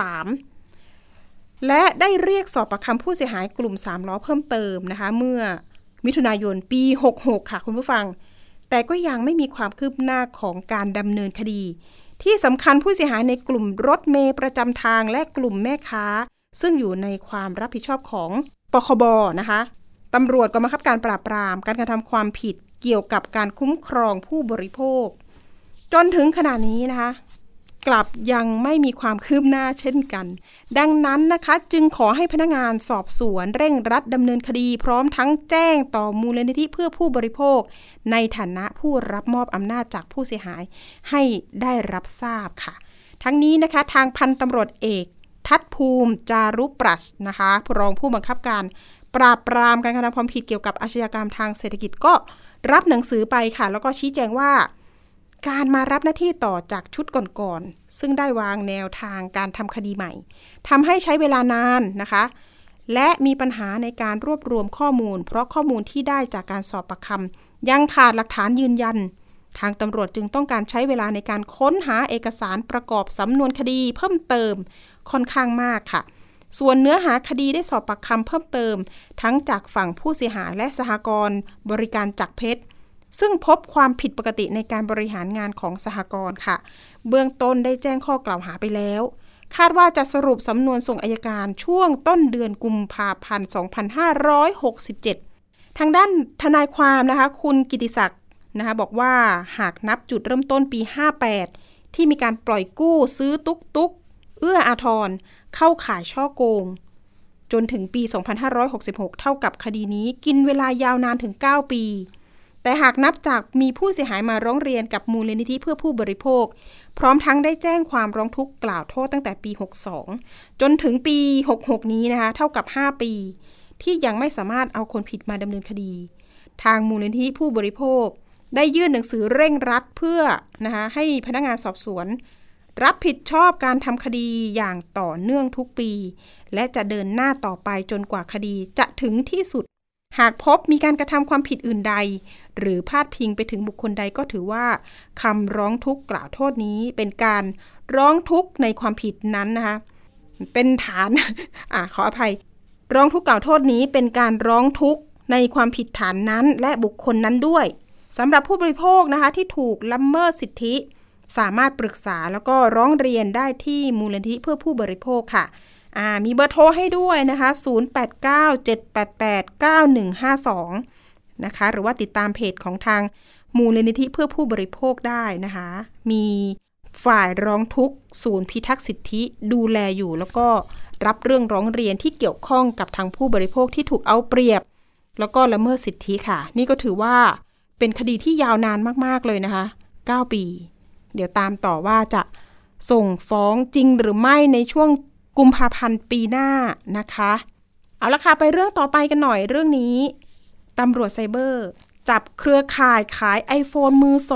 63และได้เรียกสอบปากคำผู้เสียหายกลุ่ม3ล้อเพิ่มเติมนะคะเมื่อมิถุนายนปี 66ค่ะคุณผู้ฟังแต่ก็ยังไม่มีความคืบหน้าของการดำเนินคดีที่สำคัญผู้เสียหายในกลุ่มรถเมล์ประจำทางและกลุ่มแม่ค้าซึ่งอยู่ในความรับผิดชอบของปคบนะคะตำรวจกองบังคับการปราบปรามการกระทำความผิดเกี่ยวกับการคุ้มครองผู้บริโภคจนถึงขณะนี้นะคะกลับยังไม่มีความคืบหน้าเช่นกันดังนั้นนะคะจึงขอให้พนักงานสอบสวนเร่งรัดดำเนินคดีพร้อมทั้งแจ้งต่อมูลนิธิเพื่อผู้บริโภคในฐานะผู้รับมอบอำนาจจากผู้เสียหายให้ได้รับทราบค่ะทั้งนี้นะคะทางพันตำรวจเอกทัศภูมิจารุปรัชนะคะรองผู้บังคับการปราบปรามการกระทำความผิดเกี่ยวกับอาชญากรรมทางเศรษฐกิจก็รับหนังสือไปค่ะแล้วก็ชี้แจงว่าการมารับหน้าที่ต่อจากชุดก่อนๆซึ่งได้วางแนวทางการทำคดีใหม่ทำให้ใช้เวลานานนะคะและมีปัญหาในการรวบรวมข้อมูลเพราะข้อมูลที่ได้จากการสอบปากคำยังขาดหลักฐานยืนยันทางตำรวจจึงต้องการใช้เวลาในการค้นหาเอกสารประกอบสำนวนคดีเพิ่มเติมค่อนข้างมากค่ะส่วนเนื้อหาคดีได้สอบปากคำเพิ่มเติมทั้งจากฝั่งผู้เสียหายและสหกรณ์บริการจักรเพชรซึ่งพบความผิดปกติในการบริหารงานของสหกรณ์ค่ะเบื้องต้นได้แจ้งข้อกล่าวหาไปแล้วคาดว่าจะสรุปสำนวนส่งอัยการช่วงต้นเดือนกุมภาพันธ์ 2567 ทางด้านทนายความนะคะคุณกิติศักดิ์นะคะบอกว่าหากนับจุดเริ่มต้นปี 58 ที่มีการปล่อยกู้ซื้อตุ๊กเอื้ออาทรเข้าข่ายฉ้อโกงจนถึงปี 2566 เท่ากับคดีนี้กินเวลายาวนานถึง 9 ปีแต่หากนับจากมีผู้เสียหายมาร้องเรียนกับมูลนิธิเพื่อผู้บริโภคพร้อมทั้งได้แจ้งความร้องทุกข์กล่าวโทษตั้งแต่ปี 62 จนถึงปี 66 นี้นะคะเท่ากับ 5 ปีที่ยังไม่สามารถเอาคนผิดมาดำเนินคดีทางมูลนิธิผู้บริโภคได้ยื่นหนังสือเร่งรัดเพื่อนะคะให้พนักงานสอบสวนรับผิดชอบการทำคดีอย่างต่อเนื่องทุกปีและจะเดินหน้าต่อไปจนกว่าคดีจะถึงที่สุดหากพบมีการกระทำความผิดอื่นใดหรือพาดพิงไปถึงบุคคลใดก็ถือว่าคำร้องทุกข์กล่าวโทษนี้เป็นการร้องทุกข์ในความผิดนั้นนะคะเป็นฐาน ขออภัยร้องทุกข์กล่าวโทษนี้เป็นการร้องทุกข์ในความผิดฐานนั้นและบุคคลนั้นด้วยสำหรับผู้บริโภคนะคะที่ถูกละเมิดสิทธิสามารถปรึกษาแล้วก็ร้องเรียนได้ที่มูลนิธิเพื่อผู้บริโภคค่ะมีเบอร์โทรให้ด้วยนะคะ0897889152นะคะหรือว่าติดตามเพจของทางมูลนิธิเพื่อผู้บริโภคได้นะคะมีฝ่ายร้องทุกข์ศูนย์พิทักษ์สิทธิดูแลอยู่แล้วก็รับเรื่องร้องเรียนที่เกี่ยวข้องกับทางผู้บริโภคที่ถูกเอาเปรียบแล้วก็ละเมิดสิทธิค่ะนี่ก็ถือว่าเป็นคดีที่ยาวนานมากๆเลยนะคะ9 ปีเดี๋ยวตามต่อว่าจะส่งฟ้องจริงหรือไม่ในช่วงกุมภาพันธ์ปีหน้านะคะเอาละค่ะไปเรื่องต่อไปกันหน่อยเรื่องนี้ตำรวจไซเบอร์จับเครือข่ายขาย iPhone มือ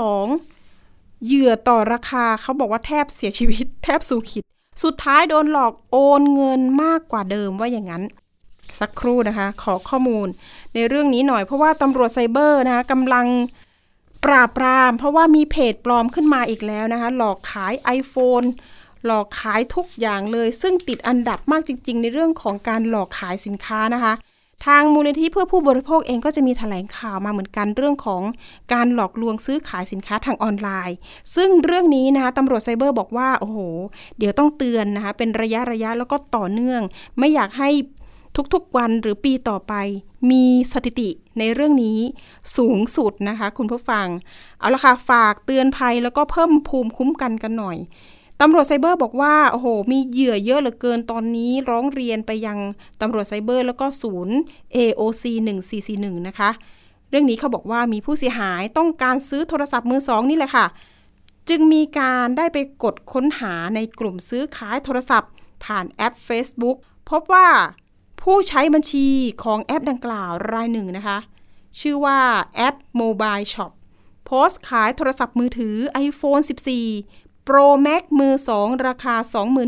2เหยื่อต่อราคาเขาบอกว่าแทบเสียชีวิตแทบสู่ขิดสุดท้ายโดนหลอกโอนเงินมากกว่าเดิมว่าอย่างนั้นสักครู่นะคะขอข้อมูลในเรื่องนี้หน่อยเพราะว่าตำรวจไซเบอร์นะคะกำลังปราบปรามเพราะว่ามีเพจปลอมขึ้นมาอีกแล้วนะคะหลอกขาย iPhone หลอกขายทุกอย่างเลยซึ่งติดอันดับมากจริงๆในเรื่องของการหลอกขายสินค้านะคะทางมูลนิธิเพื่อผู้บริโภคเองก็จะมีแถลงข่าวมาเหมือนกันเรื่องของการหลอกลวงซื้อขายสินค้าทางออนไลน์ซึ่งเรื่องนี้นะคะตำรวจไซเบอร์บอกว่าโอ้โหเดี๋ยวต้องเตือนนะคะเป็นระยะแล้วก็ต่อเนื่องไม่อยากให้ทุกๆวันหรือปีต่อไปมีสถิติในเรื่องนี้สูงสุดนะคะคุณผู้ฟังเอาละค่ะฝากเตือนภัยแล้วก็เพิ่มภูมิคุ้มกันกันหน่อยตำรวจไซเบอร์บอกว่าโอ้โหมีเหยื่อเยอะเหลือเกินตอนนี้ร้องเรียนไปยังตำรวจไซเบอร์แล้วก็ศูนย์ AOC 1441นะคะเรื่องนี้เขาบอกว่ามีผู้เสียหายต้องการซื้อโทรศัพท์มือ 2นี่แหละค่ะจึงมีการได้ไปกดค้นหาในกลุ่มซื้อขายโทรศัพท์ผ่านแอป Facebook พบว่าผู้ใช้บัญชีของแอปดังกล่าวรายหนึ่งนะคะชื่อว่าแอป Mobile Shop โพสต์ขายโทรศัพท์มือถือ iPhone 14 Pro Max มือ 2ราคา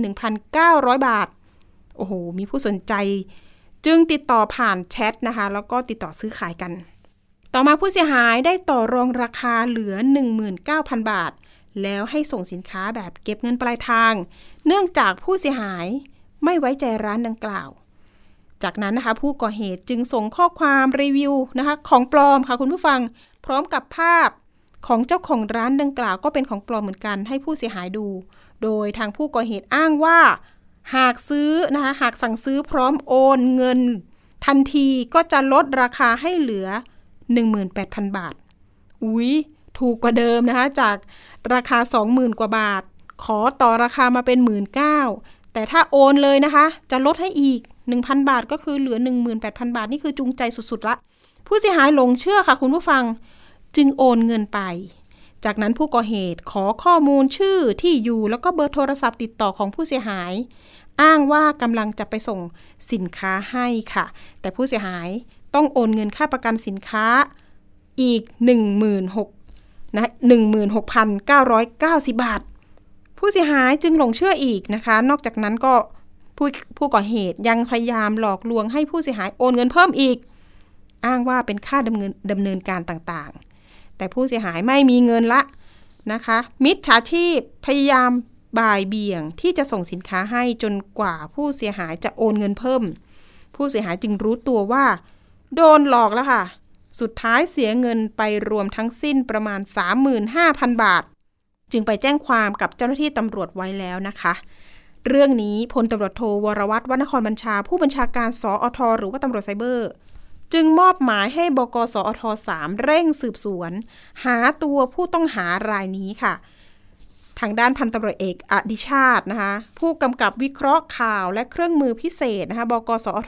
21,900 บาทโอ้โหมีผู้สนใจจึงติดต่อผ่านแชทนะคะแล้วก็ติดต่อซื้อขายกันต่อมาผู้เสียหายได้ต่อรองราคาเหลือ 19,000 บาทแล้วให้ส่งสินค้าแบบเก็บเงินปลายทางเนื่องจากผู้เสียหายไม่ไว้ใจร้านดังกล่าวจากนั้นนะคะผู้ก่อเหตุจึงส่งข้อความรีวิวนะคะของปลอมค่ะคุณผู้ฟังพร้อมกับภาพของเจ้าของร้านดังกล่าวก็เป็นของปลอมเหมือนกันให้ผู้เสียหายดูโดยทางผู้ก่อเหตุอ้างว่าหากสั่งซื้อพร้อมโอนเงินทันทีก็จะลดราคาให้เหลือ 18,000 บาทอุ๊ยถูกกว่าเดิมนะคะจากราคา 20,000 กว่าบาทขอต่อราคามาเป็น 19,000 แต่ถ้าโอนเลยนะคะจะลดให้อีก 1,000 บาทก็คือเหลือ 18,000 บาทนี่คือจูงใจสุดๆละผู้เสียหายหลงเชื่อค่ะคุณผู้ฟังจึงโอนเงินไปจากนั้นผู้ก่อเหตุขอข้อมูลชื่อที่อยู่แล้วก็เบอร์โทรศัพท์ติดต่อของผู้เสียหายอ้างว่ากำลังจะไปส่งสินค้าให้ค่ะแต่ผู้เสียหายต้องโอนเงินค่าประกันสินค้าอีก 16,990 บาทผู้เสียหายจึงหลงเชื่ออีกนะคะนอกจากนั้นก็ผู้ก่อเหตุยังพยายามหลอกลวงให้ผู้เสียหายโอนเงินเพิ่มอีกอ้างว่าเป็นค่าดำเนินการต่างๆแต่ผู้เสียหายไม่มีเงินละนะคะมิจฉาชีพพยายามบ่ายเบี่ยงที่จะส่งสินค้าให้จนกว่าผู้เสียหายจะโอนเงินเพิ่มผู้เสียหายจึงรู้ตัวว่าโดนหลอกแล้วค่ะสุดท้ายเสียเงินไปรวมทั้งสิ้นประมาณ 35,000 บาทจึงไปแจ้งความกับเจ้าหน้าที่ตำรวจไว้แล้วนะคะเรื่องนี้พลตำรวจโทวรวัฒน์ วรรณนครบัญชาผู้บัญชาการสอท.หรือว่าตำรวจไซเบอร์จึงมอบหมายให้บก.สอท. 3เร่งสืบสวนหาตัวผู้ต้องหารายนี้ค่ะทางด้านพันตำรวจเอกอดิชาตินะคะผู้กำกับวิเคราะห์ข่าวและเครื่องมือพิเศษนะคะบก.สอท.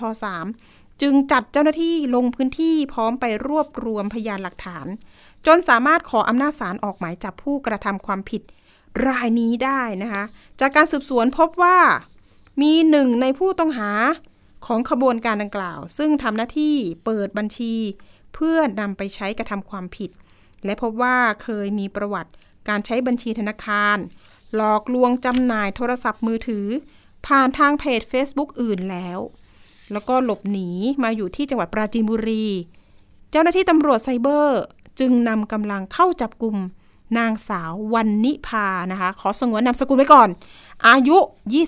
3จึงจัดเจ้าหน้าที่ลงพื้นที่พร้อมไปรวบรวมพยานหลักฐานจนสามารถขออำนาจศาลออกหมายจับผู้กระทำความผิดรายนี้ได้นะคะจากการสืบสวนพบว่ามีหนึ่งในผู้ต้องหาของขบวนการดังกล่าวซึ่งทำหน้าที่เปิดบัญชีเพื่อนำไปใช้กระทำความผิดและพบว่าเคยมีประวัติการใช้บัญชีธนาคารหลอกลวงจำหน่ายโทรศัพท์มือถือผ่านทางเพจ Facebook อื่นแล้วก็หลบหนีมาอยู่ที่จังหวัดปราจีนบุรีเจ้าหน้าที่ตำรวจไซเบอร์จึงนำกำลังเข้าจับกุมนางสาววรรณิภานะคะขอสงวนนามสกุลไว้ก่อนอายุ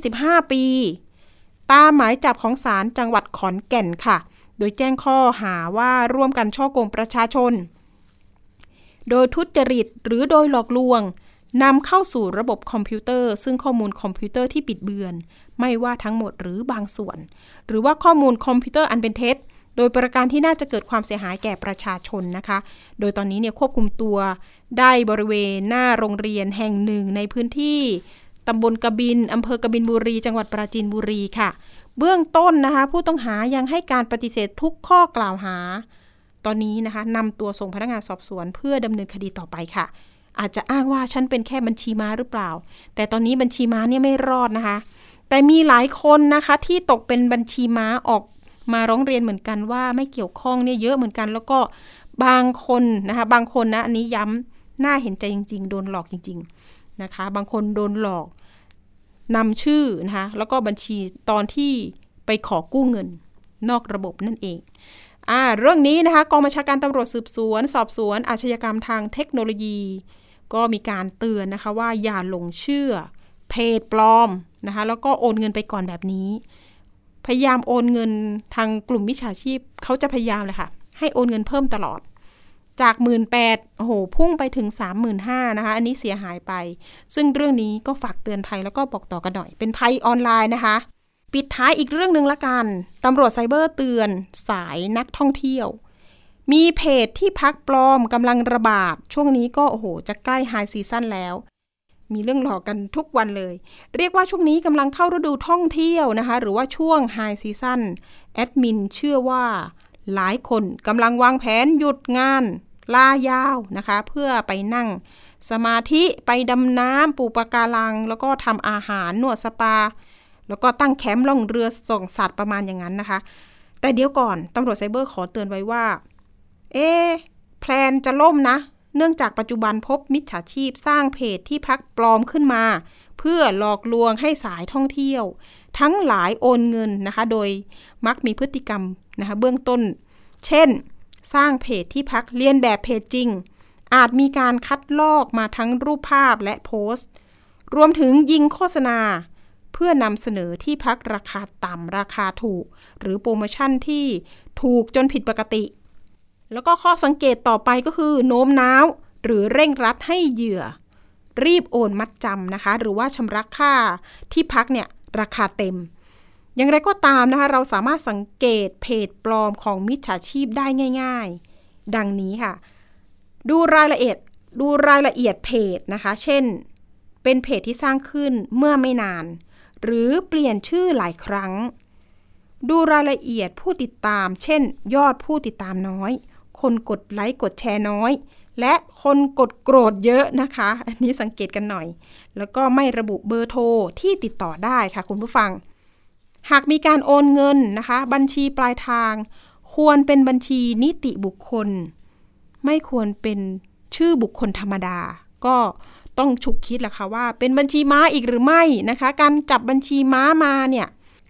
25ปีตามหมายจับของศาลจังหวัดขอนแก่นค่ะโดยแจ้งข้อหาว่าร่วมกันฉ้อโกงประชาชนโดยทุจริตหรือโดยหลอกลวงนำเข้าสู่ระบบคอมพิวเตอร์ซึ่งข้อมูลคอมพิวเตอร์ที่บิดเบือนไม่ว่าทั้งหมดหรือบางส่วนหรือว่าข้อมูลคอมพิวเตอร์อันเป็นเท็จโดยประการที่น่าจะเกิดความเสียหายแก่ประชาชนนะคะโดยตอนนี้เนี่ยควบคุมตัวได้บริเวณหน้าโรงเรียนแห่งหนึ่งในพื้นที่ตำบลกบินอำเภอกบินบุรีจังหวัดปราจีนบุรีค่ะเบื้องต้นนะคะผู้ต้องหายังให้การปฏิเสธทุกข้อกล่าวหาตอนนี้นะคะนำตัวส่งพนักงานสอบสวนเพื่อดำเนินคดีต่อไปค่ะอาจจะอ้างว่าฉันเป็นแค่บัญชีม้าหรือเปล่าแต่ตอนนี้บัญชีม้าเนี่ยไม่รอดนะคะแต่มีหลายคนนะคะที่ตกเป็นบัญชีม้าออกมาร้องเรียนเหมือนกันว่าไม่เกี่ยวข้องเนี่ยเยอะเหมือนกันแล้วก็บางคนนะคะบางคนนะอันนี้ย้ำน่าเห็นใจจริงๆโดนหลอกจริงๆนะคะบางคนโดนหลอกนำชื่อนะคะแล้วก็บัญชีตอนที่ไปขอกู้เงินนอกระบบนั่นเองเรื่องนี้นะคะกองบัญชาการตำรวจสืบสวนสอบสวนอาชญากรรมทางเทคโนโลยีก็มีการเตือนนะคะว่าอย่าหลงเชื่อเพจปลอมนะคะแล้วก็โอนเงินไปก่อนแบบนี้พยายามโอนเงินทางกลุ่มมิจฉาชีพเขาจะพยายามเลยค่ะให้โอนเงินเพิ่มตลอดจาก 18,000 โอ้โหพุ่งไปถึง 35,000 นะคะอันนี้เสียหายไปซึ่งเรื่องนี้ก็ฝากเตือนภัยแล้วก็บอกต่อกันหน่อยเป็นภัยออนไลน์นะคะปิดท้ายอีกเรื่องนึงละกันตำรวจไซเบอร์เตือนสายนักท่องเที่ยวมีเพจที่พักปลอมกำลังระบาดช่วงนี้ก็โอ้โหจะใกล้ไฮซีซั่นแล้วมีเรื่องหลอกกันทุกวันเลยเรียกว่าช่วงนี้กำลังเข้าฤดูท่องเที่ยวนะคะหรือว่าช่วงไฮซีซั่นแอดมินเชื่อว่าหลายคนกำลังวางแผนหยุดงานลายาวนะคะเพื่อไปนั่งสมาธิไปดำน้ำปลูกปะการังแล้วก็ทำอาหารนวดสปาแล้วก็ตั้งแคมป์ล่องเรือส่งสัตว์ประมาณอย่างนั้นนะคะแต่เดี๋ยวก่อนตำรวจไซเบอร์ขอเตือนไว้ว่าแพลนจะล่มนะเนื่องจากปัจจุบันพบมิจฉาชีพสร้างเพจที่พักปลอมขึ้นมาเพื่อหลอกลวงให้สายท่องเที่ยวทั้งหลายโอนเงินนะคะโดยมักมีพฤติกรรมนะคะเบื้องต้นเช่นสร้างเพจที่พักเลียนแบบเพจจริงอาจมีการคัดลอกมาทั้งรูปภาพและโพสต์รวมถึงยิงโฆษณาเพื่อนำเสนอที่พักราคาต่ำราคาถูกหรือโปรโมชั่นที่ถูกจนผิดปกติแล้วก็ข้อสังเกตต่อไปก็คือโน้มน้าวหรือเร่งรัดให้เหยื่อรีบโอนมัดจำนะคะหรือว่าชำระค่าที่พักเนี่ยราคาเต็มอย่างไรก็ตามนะคะเราสามารถสังเกตเพจปลอมของมิจฉาชีพได้ง่ายๆดังนี้ค่ะดูรายละเอียดเพจนะคะเช่นเป็นเพจที่สร้างขึ้นเมื่อไม่นานหรือเปลี่ยนชื่อหลายครั้งดูรายละเอียดผู้ติดตามเช่นยอดผู้ติดตามน้อยคนกดไลค์กดแชร์น้อยและคนกดโกรธเยอะนะคะอันนี้สังเกตกันหน่อยแล้วก็ไม่ระบุเบอร์โทรที่ติดต่อได้ค่ะคุณผู้ฟังหากมีการโอนเงินนะคะบัญชีปลายทางควรเป็นบัญชีนิติบุคคลไม่ควรเป็นชื่อบุคคลธรรมดาก็ต้องฉุกคิดแหละค่ะว่าเป็นบัญชีม้าอีกหรือไม่นะคะการจับบัญชีม้ามาเนี่ย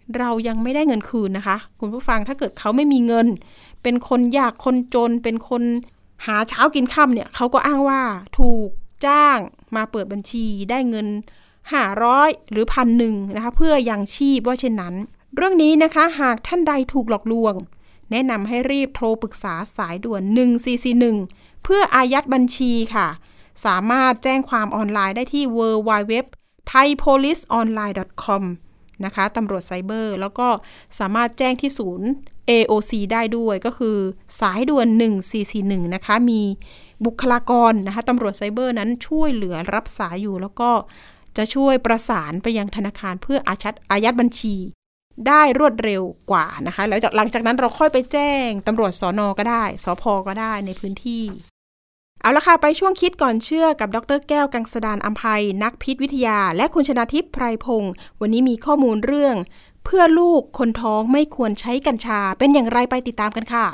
เรายังไม่ได้เงินคืนนะคะคุณผู้ฟังถ้าเกิดเขาไม่มีเงินเป็นคนยากคนจนเป็นคนหาเช้ากินค่ำเนี่ยเขาก็อ้างว่าถูกจ้างมาเปิดบัญชีได้เงิน500หรือ1,000นะคะเพื่อยังชีพว่าเช่นนั้นเรื่องนี้นะคะหากท่านใดถูกหลอกลวงแนะนำให้รีบโทรปรึกษาสายด่วน1441เพื่ออายัดบัญชีค่ะสามารถแจ้งความออนไลน์ได้ที่ www.thaipoliceonline.com นะคะตำรวจไซเบอร์แล้วก็สามารถแจ้งที่ศูนย์ AOC ได้ด้วยก็คือสายด่วน1441นะคะมีบุคลากรนะคะตำรวจไซเบอร์นั้นช่วยเหลือรับสายอยู่แล้วก็จะช่วยประสานไปยังธนาคารเพื่ออายัดบัญชีได้รวดเร็วกว่านะคะแล้วหลังจากนั้นเราค่อยไปแจ้งตำรวจสน.ก็ได้สภ.ก็ได้ในพื้นที่เอาละค่ะไปช่วงคิดก่อนเชื่อกับดร.แก้วกังสดาลอำไพนักพิษวิทยาและคุณชนาทิพย์ไพรพงศ์วันนี้มีข้อมูลเรื่องเพื่อลูกคนท้องไม่ควรใช้กัญชาเป็นอย่างไรไปติดตามกันค่ะ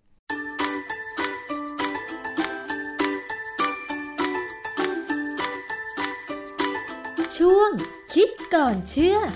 ช่วงคิดก่อนเชื่อ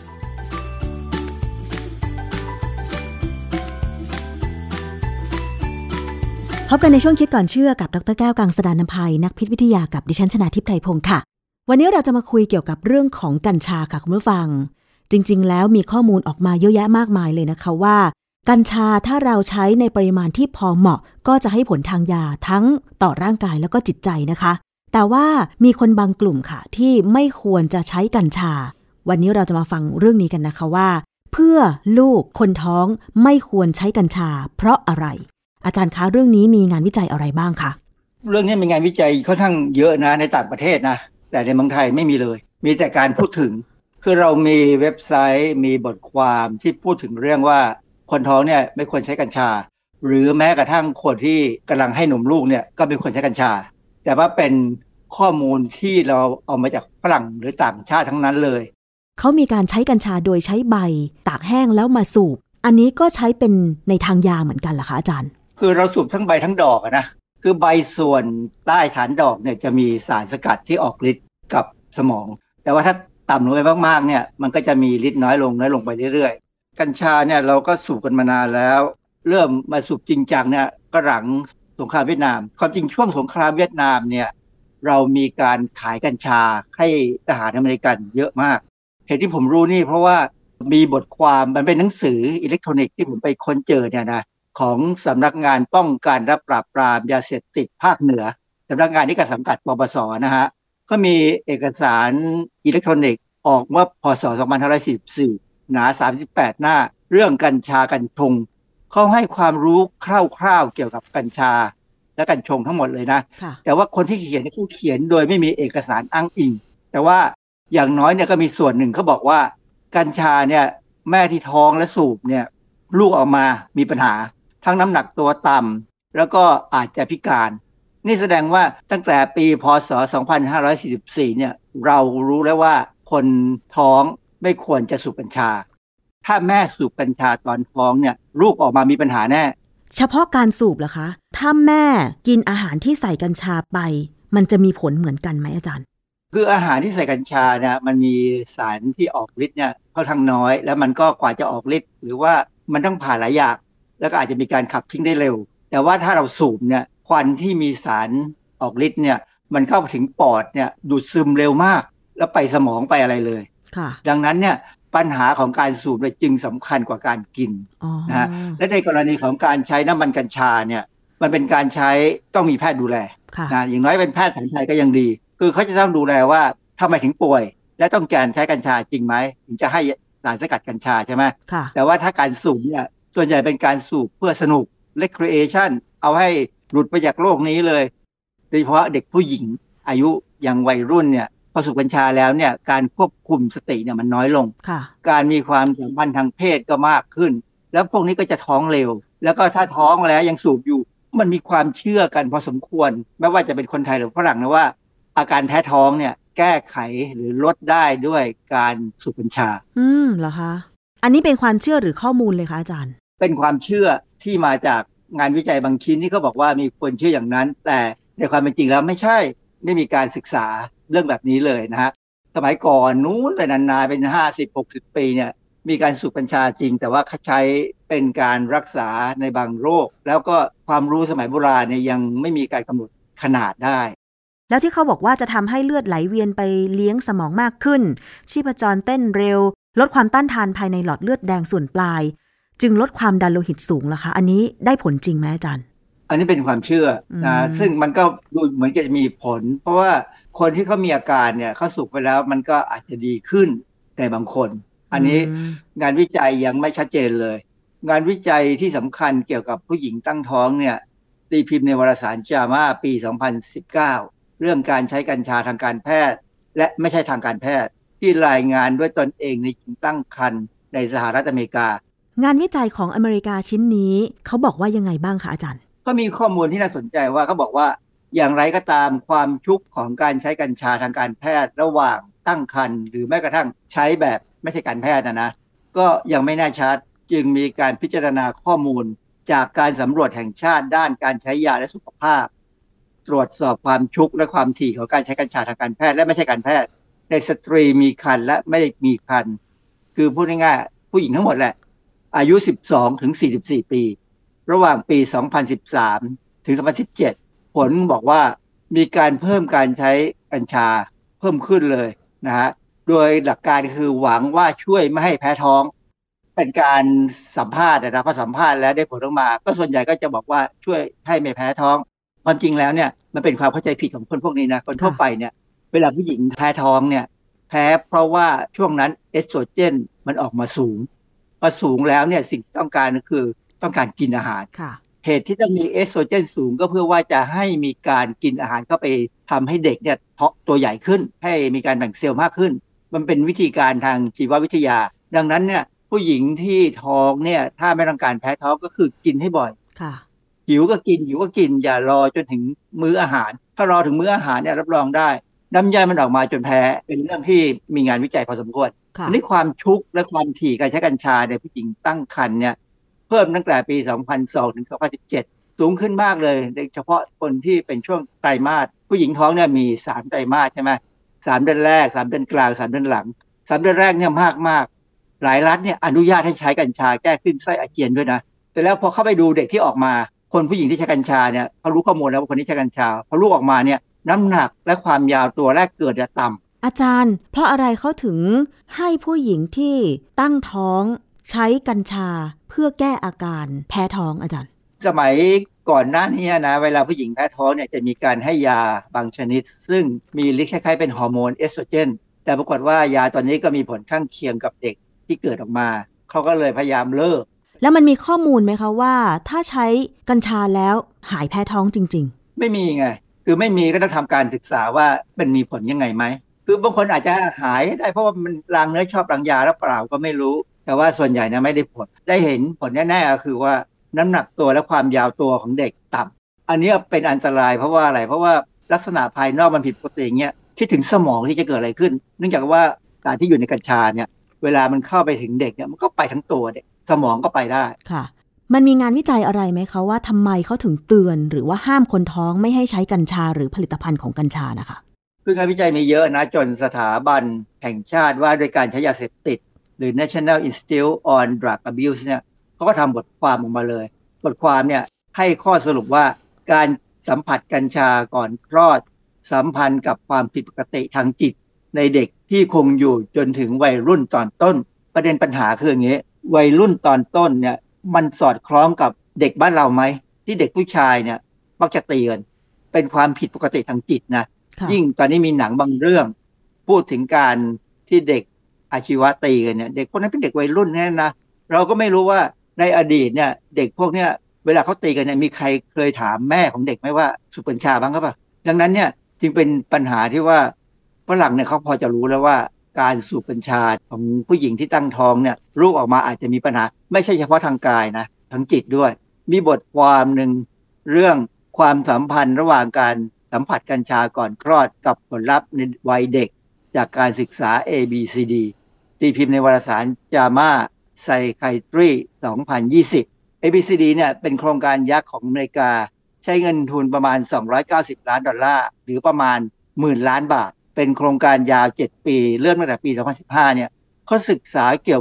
พบกันในช่วงคิดก่อนเชื่อกับดร.แก้วกังสดาลอำไพนักพิษวิทยากับดิฉันชนาทิพย์ไพรพงศ์ค่ะวันนี้เราจะมาคุยเกี่ยวกับเรื่องของกัญชาค่ะคุณผู้ฟังจริงๆแล้วมีข้อมูลออกมาเยอะแยะมากมายเลยนะคะว่ากัญชาถ้าเราใช้ในปริมาณที่พอเหมาะก็จะให้ผลทางยาทั้งต่อร่างกายแล้วก็จิตใจนะคะแต่ว่ามีคนบางกลุ่มค่ะที่ไม่ควรจะใช้กัญชาวันนี้เราจะมาฟังเรื่องนี้กันนะคะว่าเพื่อลูกคนท้องไม่ควรใช้กัญชาเพราะอะไรอาจารย์คะเรื่องนี้มีงานวิจัยอะไรบ้างคะเรื่องนี้มีงานวิจัยค่อนข้างเยอะนะในต่างประเทศนะแต่ในเมืองไทยไม่มีเลยมีแต่การพูดถึงคือเรามีเว็บไซต์มีบทความที่พูดถึงเรื่องว่าคนท้องเนี่ยไม่ควรใช้กัญชาหรือแม้กระทั่งคนที่กำลังให้นมลูกเนี่ยก็ไม่ควรใช้กัญชาแต่ว่าเป็นข้อมูลที่เราเอามาจากฝรั่งหรือต่างชาติทั้งนั้นเลยเขามีการใช้กัญชาโดยใช้ใบตากแห้งแล้วมาสูบอันนี้ก็ใช้เป็นในทางยาเหมือนกันเหรอคะอาจารย์คือเราสูบทั้งใบทั้งดอกนะคือใบส่วนใต้ฐานดอกเนี่ยจะมีสารสกัดที่ออกฤทธิ์กับสมองแต่ว่าถ้าต่ำลงไปมากๆเนี่ยมันก็จะมีฤทธิ์น้อยลงไปเรื่อยๆกัญชาเนี่ยเราก็สูบกันมานานแล้วเริ่มมาสูบจริงจังเนี่ยก็หลังสงครามเวียดนามความจริงช่วงสงครามเวียดนามเนี่ยเรามีการขายกัญชาให้ทหารอเมริกันเยอะมากเหตุที่ผมรู้นี่เพราะว่ามีบทความมันเป็นหนังสืออิเล็กทรอนิกส์ที่ผมไปค้นเจอเนี่ยนะของสำนักงานป้องกันและปราบปรามยาเสพติดภาคเหนือสำนักงานนี้ก็สังกัดปปส.นะฮะก็มีเอกสารอิเล็กทรอนิกส์ออกเมื่อพ.ศ. 2544หนา38หน้าเรื่องกัญชากัญชงเขาให้ความรู้คร่าวๆเกี่ยวกับกัญชาและกัญชงทั้งหมดเลยนะแต่ว่าคนที่เขียนเขาเขียนโดยไม่มีเอกสารอ้างอิงแต่ว่าอย่างน้อยเนี่ยก็มีส่วนหนึ่งเขาบอกว่ากัญชาเนี่ยแม่ที่ท้องและสูบเนี่ยลูกออกมามีปัญหาทั้งน้ำหนักตัวต่ำแล้วก็อาจจะพิการนี่แสดงว่าตั้งแต่ปีพ.ศ. 2544เนี่ยเรารู้แล้วว่าคนท้องไม่ควรจะสูบกัญชาถ้าแม่สูบกัญชาตอนท้องเนี่ยลูกออกมามีปัญหาแน่เฉพาะการสูบเหรอคะถ้าแม่กินอาหารที่ใส่กัญชาไปมันจะมีผลเหมือนกันไหมอาจารย์คืออาหารที่ใส่กัญชาเนี่ยมันมีสารที่ออกฤทธิ์เนี่ยค่อนข้างน้อยแล้วมันก็กว่าจะออกฤทธิ์หรือว่ามันต้องผ่านหลายอย่างแล้วก็อาจจะมีการขับทิ้งได้เร็วแต่ว่าถ้าเราสูบเนี่ยควันที่มีสารออกฤทธิ์เนี่ยมันเข้าถึงปอดเนี่ยดูดซึมเร็วมากแล้วไปสมองไปอะไรเลยดังนั้นเนี่ยปัญหาของการสูบเนี่ยจึงสำคัญกว่าการกินนะฮะและในกรณีของการใช้น้ำมันกัญชาเนี่ยมันเป็นการใช้ต้องมีแพทย์ดูแลนะอย่างน้อยเป็นแพทย์แผนไทยก็ยังดีคือเขาจะต้องดูแลว่าทำไมถึงป่วยและต้องการใช้กัญชาจริงไหมถึงจะให้สารสกัดกัญชาใช่ไหมแต่ว่าถ้าการสูบเนี่ยส่วนใหญ่เป็นการสูบเพื่อสนุก recreation เอาให้หลุดไปจากโลกนี้เลยโดยเฉพาะเด็กผู้หญิงอายุยังวัยรุ่นเนี่ยพอสูบกัญชาแล้วเนี่ยการควบคุมสติเนี่ยมันน้อยลงการมีความสัมพันธ์ทางเพศก็มากขึ้นแล้วพวกนี้ก็จะท้องเร็วแล้วก็ถ้าท้องแล้วยังสูบอยู่มันมีความเชื่อกันพอสมควรไม่ว่าจะเป็นคนไทยหรือฝรั่งนะว่าอาการแพ้ท้องเนี่ยแก้ไขหรือลดได้ด้วยการสูบกัญชาเหรอคะอันนี้เป็นความเชื่อหรือข้อมูลเลยคะอาจารย์เป็นความเชื่อที่มาจากงานวิจัยบางชิ้นที่เขาบอกว่ามีคนเชื่ออย่างนั้นแต่ในความเป็นจริงแล้วไม่ใช่ไม่มีการศึกษาเรื่องแบบนี้เลยนะฮะสมัยก่อนนู้นไปนานๆเป็น50-60 ปีเนี่ยมีการสูบกัญชาจริงแต่ว่าใช้เป็นการรักษาในบางโรคแล้วก็ความรู้สมัยโบราณเนี่ยยังไม่มีการกำหนดขนาดได้แล้วที่เขาบอกว่าจะทำให้เลือดไหลเวียนไปเลี้ยงสมองมากขึ้นชีพจรเต้นเร็วลดความต้านทานภายในหลอดเลือดแดงส่วนปลายจึงลดความดันโลหิตสูงล่ะคะอันนี้ได้ผลจริงไหมอาจารย์อันนี้เป็นความเชื่อนะซึ่งมันก็ดูเหมือนจะมีผลเพราะว่าคนที่เขามีอาการเนี่ยเขาสูบไปแล้วมันก็อาจจะดีขึ้นในบางคนอันนี้งานวิจัยยังไม่ชัดเจนเลยงานวิจัยที่สำคัญเกี่ยวกับผู้หญิงตั้งท้องเนี่ยตีพิมพ์ในวารสาร JAMA ปี 2019 เรื่องการใช้กัญชาทางการแพทย์และไม่ใช่ทางการแพทย์ที่รายงานด้วยตนเองในหญิงตั้งครรภ์ในสหรัฐอเมริกางานวิจัยของอเมริกาชิ้นนี้เขาบอกว่ายังไงบ้างคะอาจารย์ก็มีข้อมูลที่น่าสนใจว่าเขาบอกว่าอย่างไรก็ตามความชุกของการใช้กัญชาทางการแพทย์ระหว่างตั้งครรภ์หรือแม้กระทั่งใช้แบบไม่ใช่การแพทย์นะก็ยังไม่แน่ชัดจึงมีการพิจารณาข้อมูลจากการสำรวจแห่งชาติด้านการใช้ยาและสุขภาพตรวจสอบความชุกและความถี่ของการใช้กัญชาทางการแพทย์และไม่ใช่การแพทย์ในสตรีมีครรภ์และไม่มีครรภ์คือพูดง่ายๆผู้หญิงทั้งหมดแหละอายุ12 ถึง 44 ปีระหว่างปี 2013 ถึง 2017 ผลบอกว่ามีการเพิ่มการใช้กัญชาเพิ่มขึ้นเลยนะฮะโดยหลักการคือหวังว่าช่วยไม่ให้แพ้ท้องเป็นการสัมภาษณ์นะพอสัมภาษณ์แล้วได้ผลออกมาก็ส่วนใหญ่ก็จะบอกว่าช่วยให้ไม่แพ้ท้องความจริงแล้วเนี่ยมันเป็นความเข้าใจผิดของคนพวกนี้นะคนทั่วไปเนี่ยเวลาผู้หญิงแพ้ท้องเนี่ยแพ้เพราะว่าช่วงนั้นเอสโตรเจนมันออกมาสูงพอสูงแล้วเนี่ยสิ่งที่ต้องการก็คือต้องการกินอาหารเหตุที่ต้องมีเอสโตรเจนสูงก็เพื่อว่าจะให้มีการกินอาหารเข้าไปทำให้เด็กเนี่ยตัวใหญ่ขึ้นให้มีการแบ่งเซลล์มากขึ้นมันเป็นวิธีการทางชีววิทยาดังนั้นเนี่ยผู้หญิงที่ท้องเนี่ยถ้าไม่ต้องการแพ้ท้องก็คือกินให้บ่อยหิวก็กินอย่ารอจนถึงมื้ออาหารถ้ารอถึงมื้ออาหารเนี่ยรับรองได้น้ำย่อยมันออกมาจนแพ้เป็นเรื่องที่มีงานวิจัยพอสมควรอันนี้ความชุกและความถี่การใช้กัญชาในผู้หญิงตั้งครรภ์เนี่ยเพิ่มตั้งแต่ปี 2002 ถึง 2017 สูงขึ้นมากเลยโดยเฉพาะคนที่เป็นช่วงไตรมาสผู้หญิงท้องเนี่ยมี3ไตรมาสใช่ไหม3เดือนแรก3เดือนกลาง3เดือนหลัง3เดือนแรกเนี่ยมากหลายรัฐเนี่ยอนุญาตให้ใช้กัญชาแก้คลื่นไส้อาเจียนด้วยนะแต่แล้วพอเข้าไปดูเด็กที่ออกมาคนผู้หญิงที่ใช้กัญชาเนี่ยเขารู้ข้อมูลแล้วว่าคนที่ใช้กัญชาพอลูกออกมาเนี่ยน้ำหนักและความยาวตัวแรกเกิดจะต่ำอาจารย์เพราะอะไรเขาถึงให้ผู้หญิงที่ตั้งท้องใช้กัญชาเพื่อแก้อาการแพ้ท้องอาจารย์สมัยก่อนหน้านี้นะเวลาผู้หญิงแพ้ท้องเนี่ยจะมีการให้ยาบางชนิดซึ่งมีฤทธิ์คล้ายๆเป็นฮอร์โมนเอสโตรเจนแต่ปรากฏว่ายาตัวนี้ก็มีผลข้างเคียงกับเด็กที่เกิดออกมาเขาก็เลยพยายามเลิกแล้วมันมีข้อมูลไหมคะว่าถ้าใช้กัญชาแล้วหายแพ้ท้องจริงๆไม่มีไงคือไม่มีก็ต้องทำการศึกษาว่ามันมีผลยังไงไหมคือบางคนอาจจะหายได้เพราะว่ามันลางเนื้อชอบลางยาแล้วเปล่าก็ไม่รู้แต่ว่าส่วนใหญ่นะไม่ได้ผลได้เห็นผลแน่ๆก็คือว่าน้ำหนักตัวและความยาวตัวของเด็กต่ำอันนี้เป็นอันตรายเพราะว่าอะไรเพราะว่าลักษณะภายนอกมันผิดปกติอย่างเงี้ยคิดถึงสมองที่จะเกิดอะไรขึ้นเนื่องจากว่าสารที่อยู่ในกัญชาเนี่ยเวลามันเข้าไปถึงเด็กเนี่ยมันก็ไปทั้งตัวเด็กสมองก็ไปได้ค่ะมันมีงานวิจัยอะไรไหมคะว่าทำไมเขาถึงเตือนหรือว่าห้ามคนท้องไม่ให้ใช้กัญชาหรือผลิตภัณฑ์ของกัญชานะคะคืองานวิจัยมีเยอะนะจนสถาบันแห่งชาติว่าโดยการใช้ยาเสพติดหรือ National Institute on Drug Abuse เนี่ยเขาก็ทำบทความออกมาเลยบทความเนี่ยให้ข้อสรุปว่าการสัมผัสกัญชาก่อนคลอดสัมพันธ์กับความผิดปกติทางจิตในเด็กที่คงอยู่จนถึงวัยรุ่นตอนต้นประเด็นปัญหาคืออย่างนี้วัยรุ่นตอนต้นเนี่ยมันสอดคล้องกับเด็กบ้านเราไหมที่เด็กผู้ชายเนี่ยมักจะตีกันเป็นความผิดปกติทางจิตนะยิ่งตอนนี้มีหนังบางเรื่องพูดถึงการที่เด็กอาชีวะตีกันเนี่ยเด็กพวกนั้นเป็นเด็กวัยรุ่นแน่นะเราก็ไม่รู้ว่าในอดีตเนี่ยเด็กพวกเนี้ยเวลาเขาตีกันเนี่ยมีใครเคยถามแม่ของเด็กไหมว่าสูบกัญชาบ้างครับป่ะดังนั้นเนี่ยจึงเป็นปัญหาที่ว่าฝรั่งเนี่ยเขาพอจะรู้แล้วว่าการสูบกัญชาของผู้หญิงที่ตั้งท้องเนี่ยลูกออกมาอาจจะมีปัญหาไม่ใช่เฉพาะทางกายนะทางจิตด้วยมีบทความหนึ่งเรื่องความสัมพันธ์ระหว่างการสัมผัสกัญชาก่อนคลอดกับผลลัพธ์ในวัยเด็กจากการศึกษา ABCD ตีพิมพ์ในวารสาร JAMA Psychiatry 2020 ABCD เนี่ยเป็นโครงการยักษ์ของอเมริกาใช้เงินทุนประมาณ$290 ล้านหรือประมาณ10,000 ล้านบาทเป็นโครงการยาว7 ปีเริ่มตั้งแต่ปี 2015 เนี่ยเขาศึกษาเกี่ยวกับ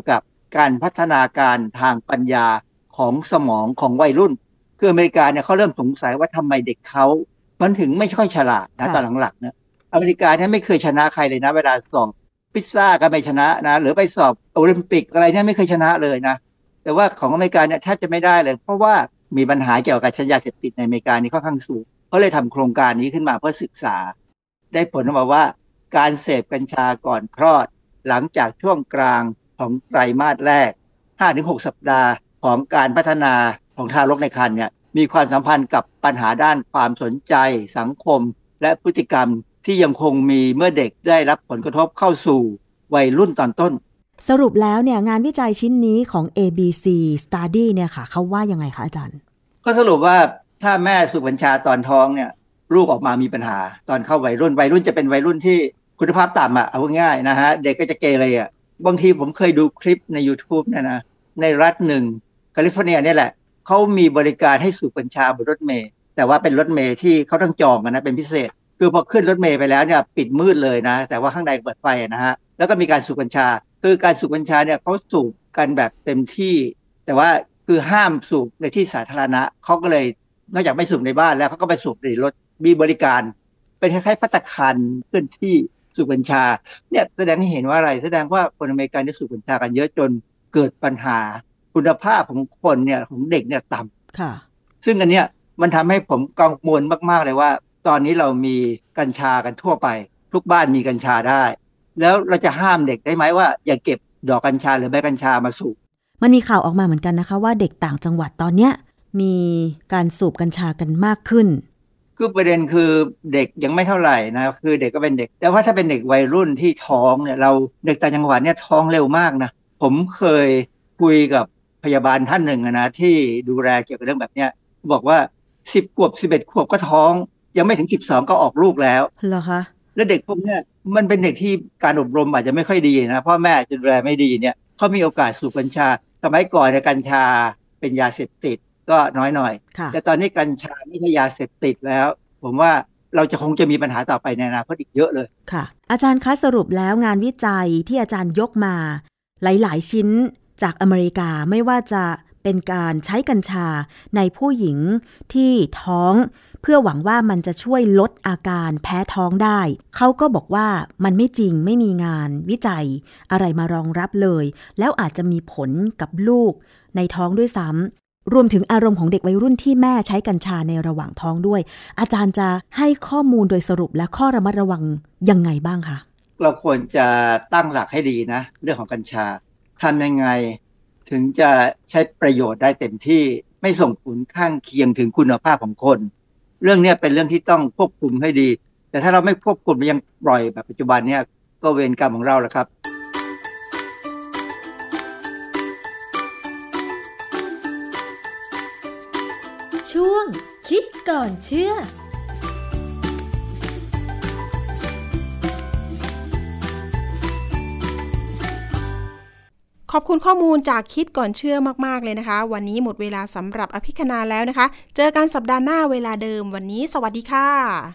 การพัฒนาการทางปัญญาของสมองของวัยรุ่นคืออเมริกาเนี่ยเขาเริ่มสงสัยว่าทำไมเด็กเขามันถึงไม่ค่อยฉลาดนะตอนหลังๆเนี่ยอเมริกาเนี่ยไม่เคยชนะใครเลยนะเวลาสอบพิซซ่าก็ไม่ชนะนะหรือไปสอบโอลิมปิกอะไรเนี่ยไม่เคยชนะเลยนะแต่ว่าของอเมริกาเนี่ยแทบจะไม่ได้เลยเพราะว่ามีปัญหาเกี่ยวกับการใช้ยาเสพติดในอเมริกานี่ค่อนข้างสูงเขาเลยทำโครงการนี้ขึ้นมาเพื่อศึกษาได้ผลออกมาว่าการเสพกัญชาก่อนคลอดหลังจากช่วงกลางของไตรมาสแรก 5-6 สัปดาห์ของการพัฒนาของทารกในครรภ์เนี่ยมีความสัมพันธ์กับปัญหาด้านความสนใจสังคมและพฤติกรรมที่ยังคงมีเมื่อเด็กได้รับผลกระทบเข้าสู่วัยรุ่นตอนต้นสรุปแล้วเนี่ยงานวิจัยชิ้นนี้ของ ABC Study เนี่ยค่ะเขาว่ายังไงคะอาจารย์ก็สรุปว่าถ้าแม่สูบกัญชาตอนท้องเนี่ยลูกออกมามีปัญหาตอนเข้าวัยรุ่นจะเป็นวัยรุ่นที่คุณภาพต่ำเอาง่ายๆนะฮะเด็กก็จะเกเรบางทีผมเคยดูคลิปใน YouTube เนี่ยนะในรัฐหนึ่งแคลิฟอร์เนียเนี่ยแหละเขามีบริการให้สูบกัญชาบนรถเมล์แต่ว่าเป็นรถเมล์ที่เขาต้องจองนะเป็นพิเศษคือพอขึ้นรถเมล์ไปแล้วเนี่ยปิดมืดเลยนะแต่ว่าข้างในเปิดไฟนะฮะแล้วก็มีการสูบกัญชาคือการสูบกัญชาเนี่ยเขาสูบกันแบบเต็มที่แต่ว่าคือห้ามสูบในที่สาธารณะเขาก็เลยนอกจากไม่สูบในบ้านแล้วเขาก็ไปสูบในรถมีบริการเป็นคล้ายๆภัตตาคารเคลื่อนที่สูบกัญชาเนี่ยแสดงให้เห็นว่าอะไรแสดงว่าคนอเมริกันที่สูบกัญชากันเยอะจนเกิดปัญหาคุณภาพของคนเนี่ยของเด็กเนี่ยต่ำค่ะซึ่งอันเนี้ยมันทำให้ผมกังวลมากๆเลยว่าตอนนี้เรามีกัญชากันทั่วไปทุกบ้านมีกัญชาได้แล้วเราจะห้ามเด็กได้ไหมว่าอย่าเก็บดอกกัญชาหรือใบกัญชามาสูบมันมีข่าวออกมาเหมือนกันนะคะว่าเด็กต่างจังหวัดตอนเนี้ยมีการสูบกัญชากันมากขึ้นคือประเด็นคือเด็กยังไม่เท่าไหร่นะคือเด็กก็เป็นเด็กแต่ว่าถ้าเป็นเด็กวัยรุ่นที่ท้องเนี่ยเราเด็กต่างจังหวัดเนี่ยท้องเร็วมากนะผมเคยคุยกับพยาบาลท่านหนึ่งนะที่ดูแลเกี่ยวกับเรื่องแบบเนี้ยบอกว่า10 ขวบ11 ขวบก็ท้องยังไม่ถึง12ก็ออกลูกแล้วเหรอคะแล้วเด็กพวกเนี้ยมันเป็นเด็กที่การอบรมอาจจะไม่ค่อยดีนะพ่อแม่ดูแลไม่ดีเนี่ยเขามีโอกาสสูบกัญชาสมัยก่อนเนี่ยกัญชาเป็นยาเสพติดก็น้อยหน่อยแต่ตอนนี้กัญชาไม่ใช่ยาเสพติดแล้วผมว่าเราคงจะมีปัญหาต่อไปในอนาคตอีกเยอะเลยค่ะอาจารย์คะสรุปแล้วงานวิจัยที่อาจารย์ยกมาหลายๆชิ้นจากอเมริกาไม่ว่าจะเป็นการใช้กัญชาในผู้หญิงที่ท้องเพื่อหวังว่ามันจะช่วยลดอาการแพ้ท้องได้เขาก็บอกว่ามันไม่จริงไม่มีงานวิจัยอะไรมารองรับเลยแล้วอาจจะมีผลกับลูกในท้องด้วยซ้ำรวมถึงอารมณ์ของเด็กวัยรุ่นที่แม่ใช้กัญชาในระหว่างท้องด้วยอาจารย์จะให้ข้อมูลโดยสรุปและข้อระมัดระวังยังไงบ้างคะเราควรจะตั้งหลักให้ดีนะเรื่องของกัญชาทำยังไงถึงจะใช้ประโยชน์ได้เต็มที่ไม่ส่งผลข้างเคียงถึงคุณภาพของคนเรื่องนี้เป็นเรื่องที่ต้องควบคุมให้ดีแต่ถ้าเราไม่ควบคุมยังปล่อยแบบปัจจุบันเนี่ยก็เวรกรรมของเราแหละครับช่วงคิดก่อนเชื่อขอบคุณข้อมูลจากคิดก่อนเชื่อมากๆเลยนะคะวันนี้หมดเวลาสำหรับอภิคณาแล้วนะคะเจอกันสัปดาห์หน้าเวลาเดิมวันนี้สวัสดีค่ะ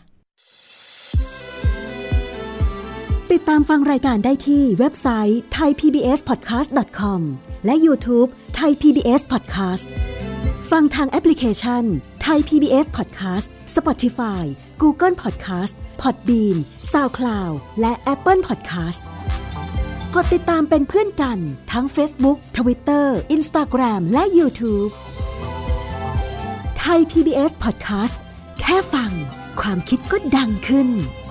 ติดตามฟังรายการได้ที่เว็บไซต์ thaipbspodcast.com และ YouTube Thai PBS Podcast ฟังทางแอปพลิเคชัน Thai PBS Podcast Spotify Google Podcast Podbean SoundCloud และ Apple Podcastกดติดตามเป็นเพื่อนกันทั้ง Facebook, Twitter, Instagram และ YouTube Thai PBS Podcast แค่ฟังความคิดก็ดังขึ้น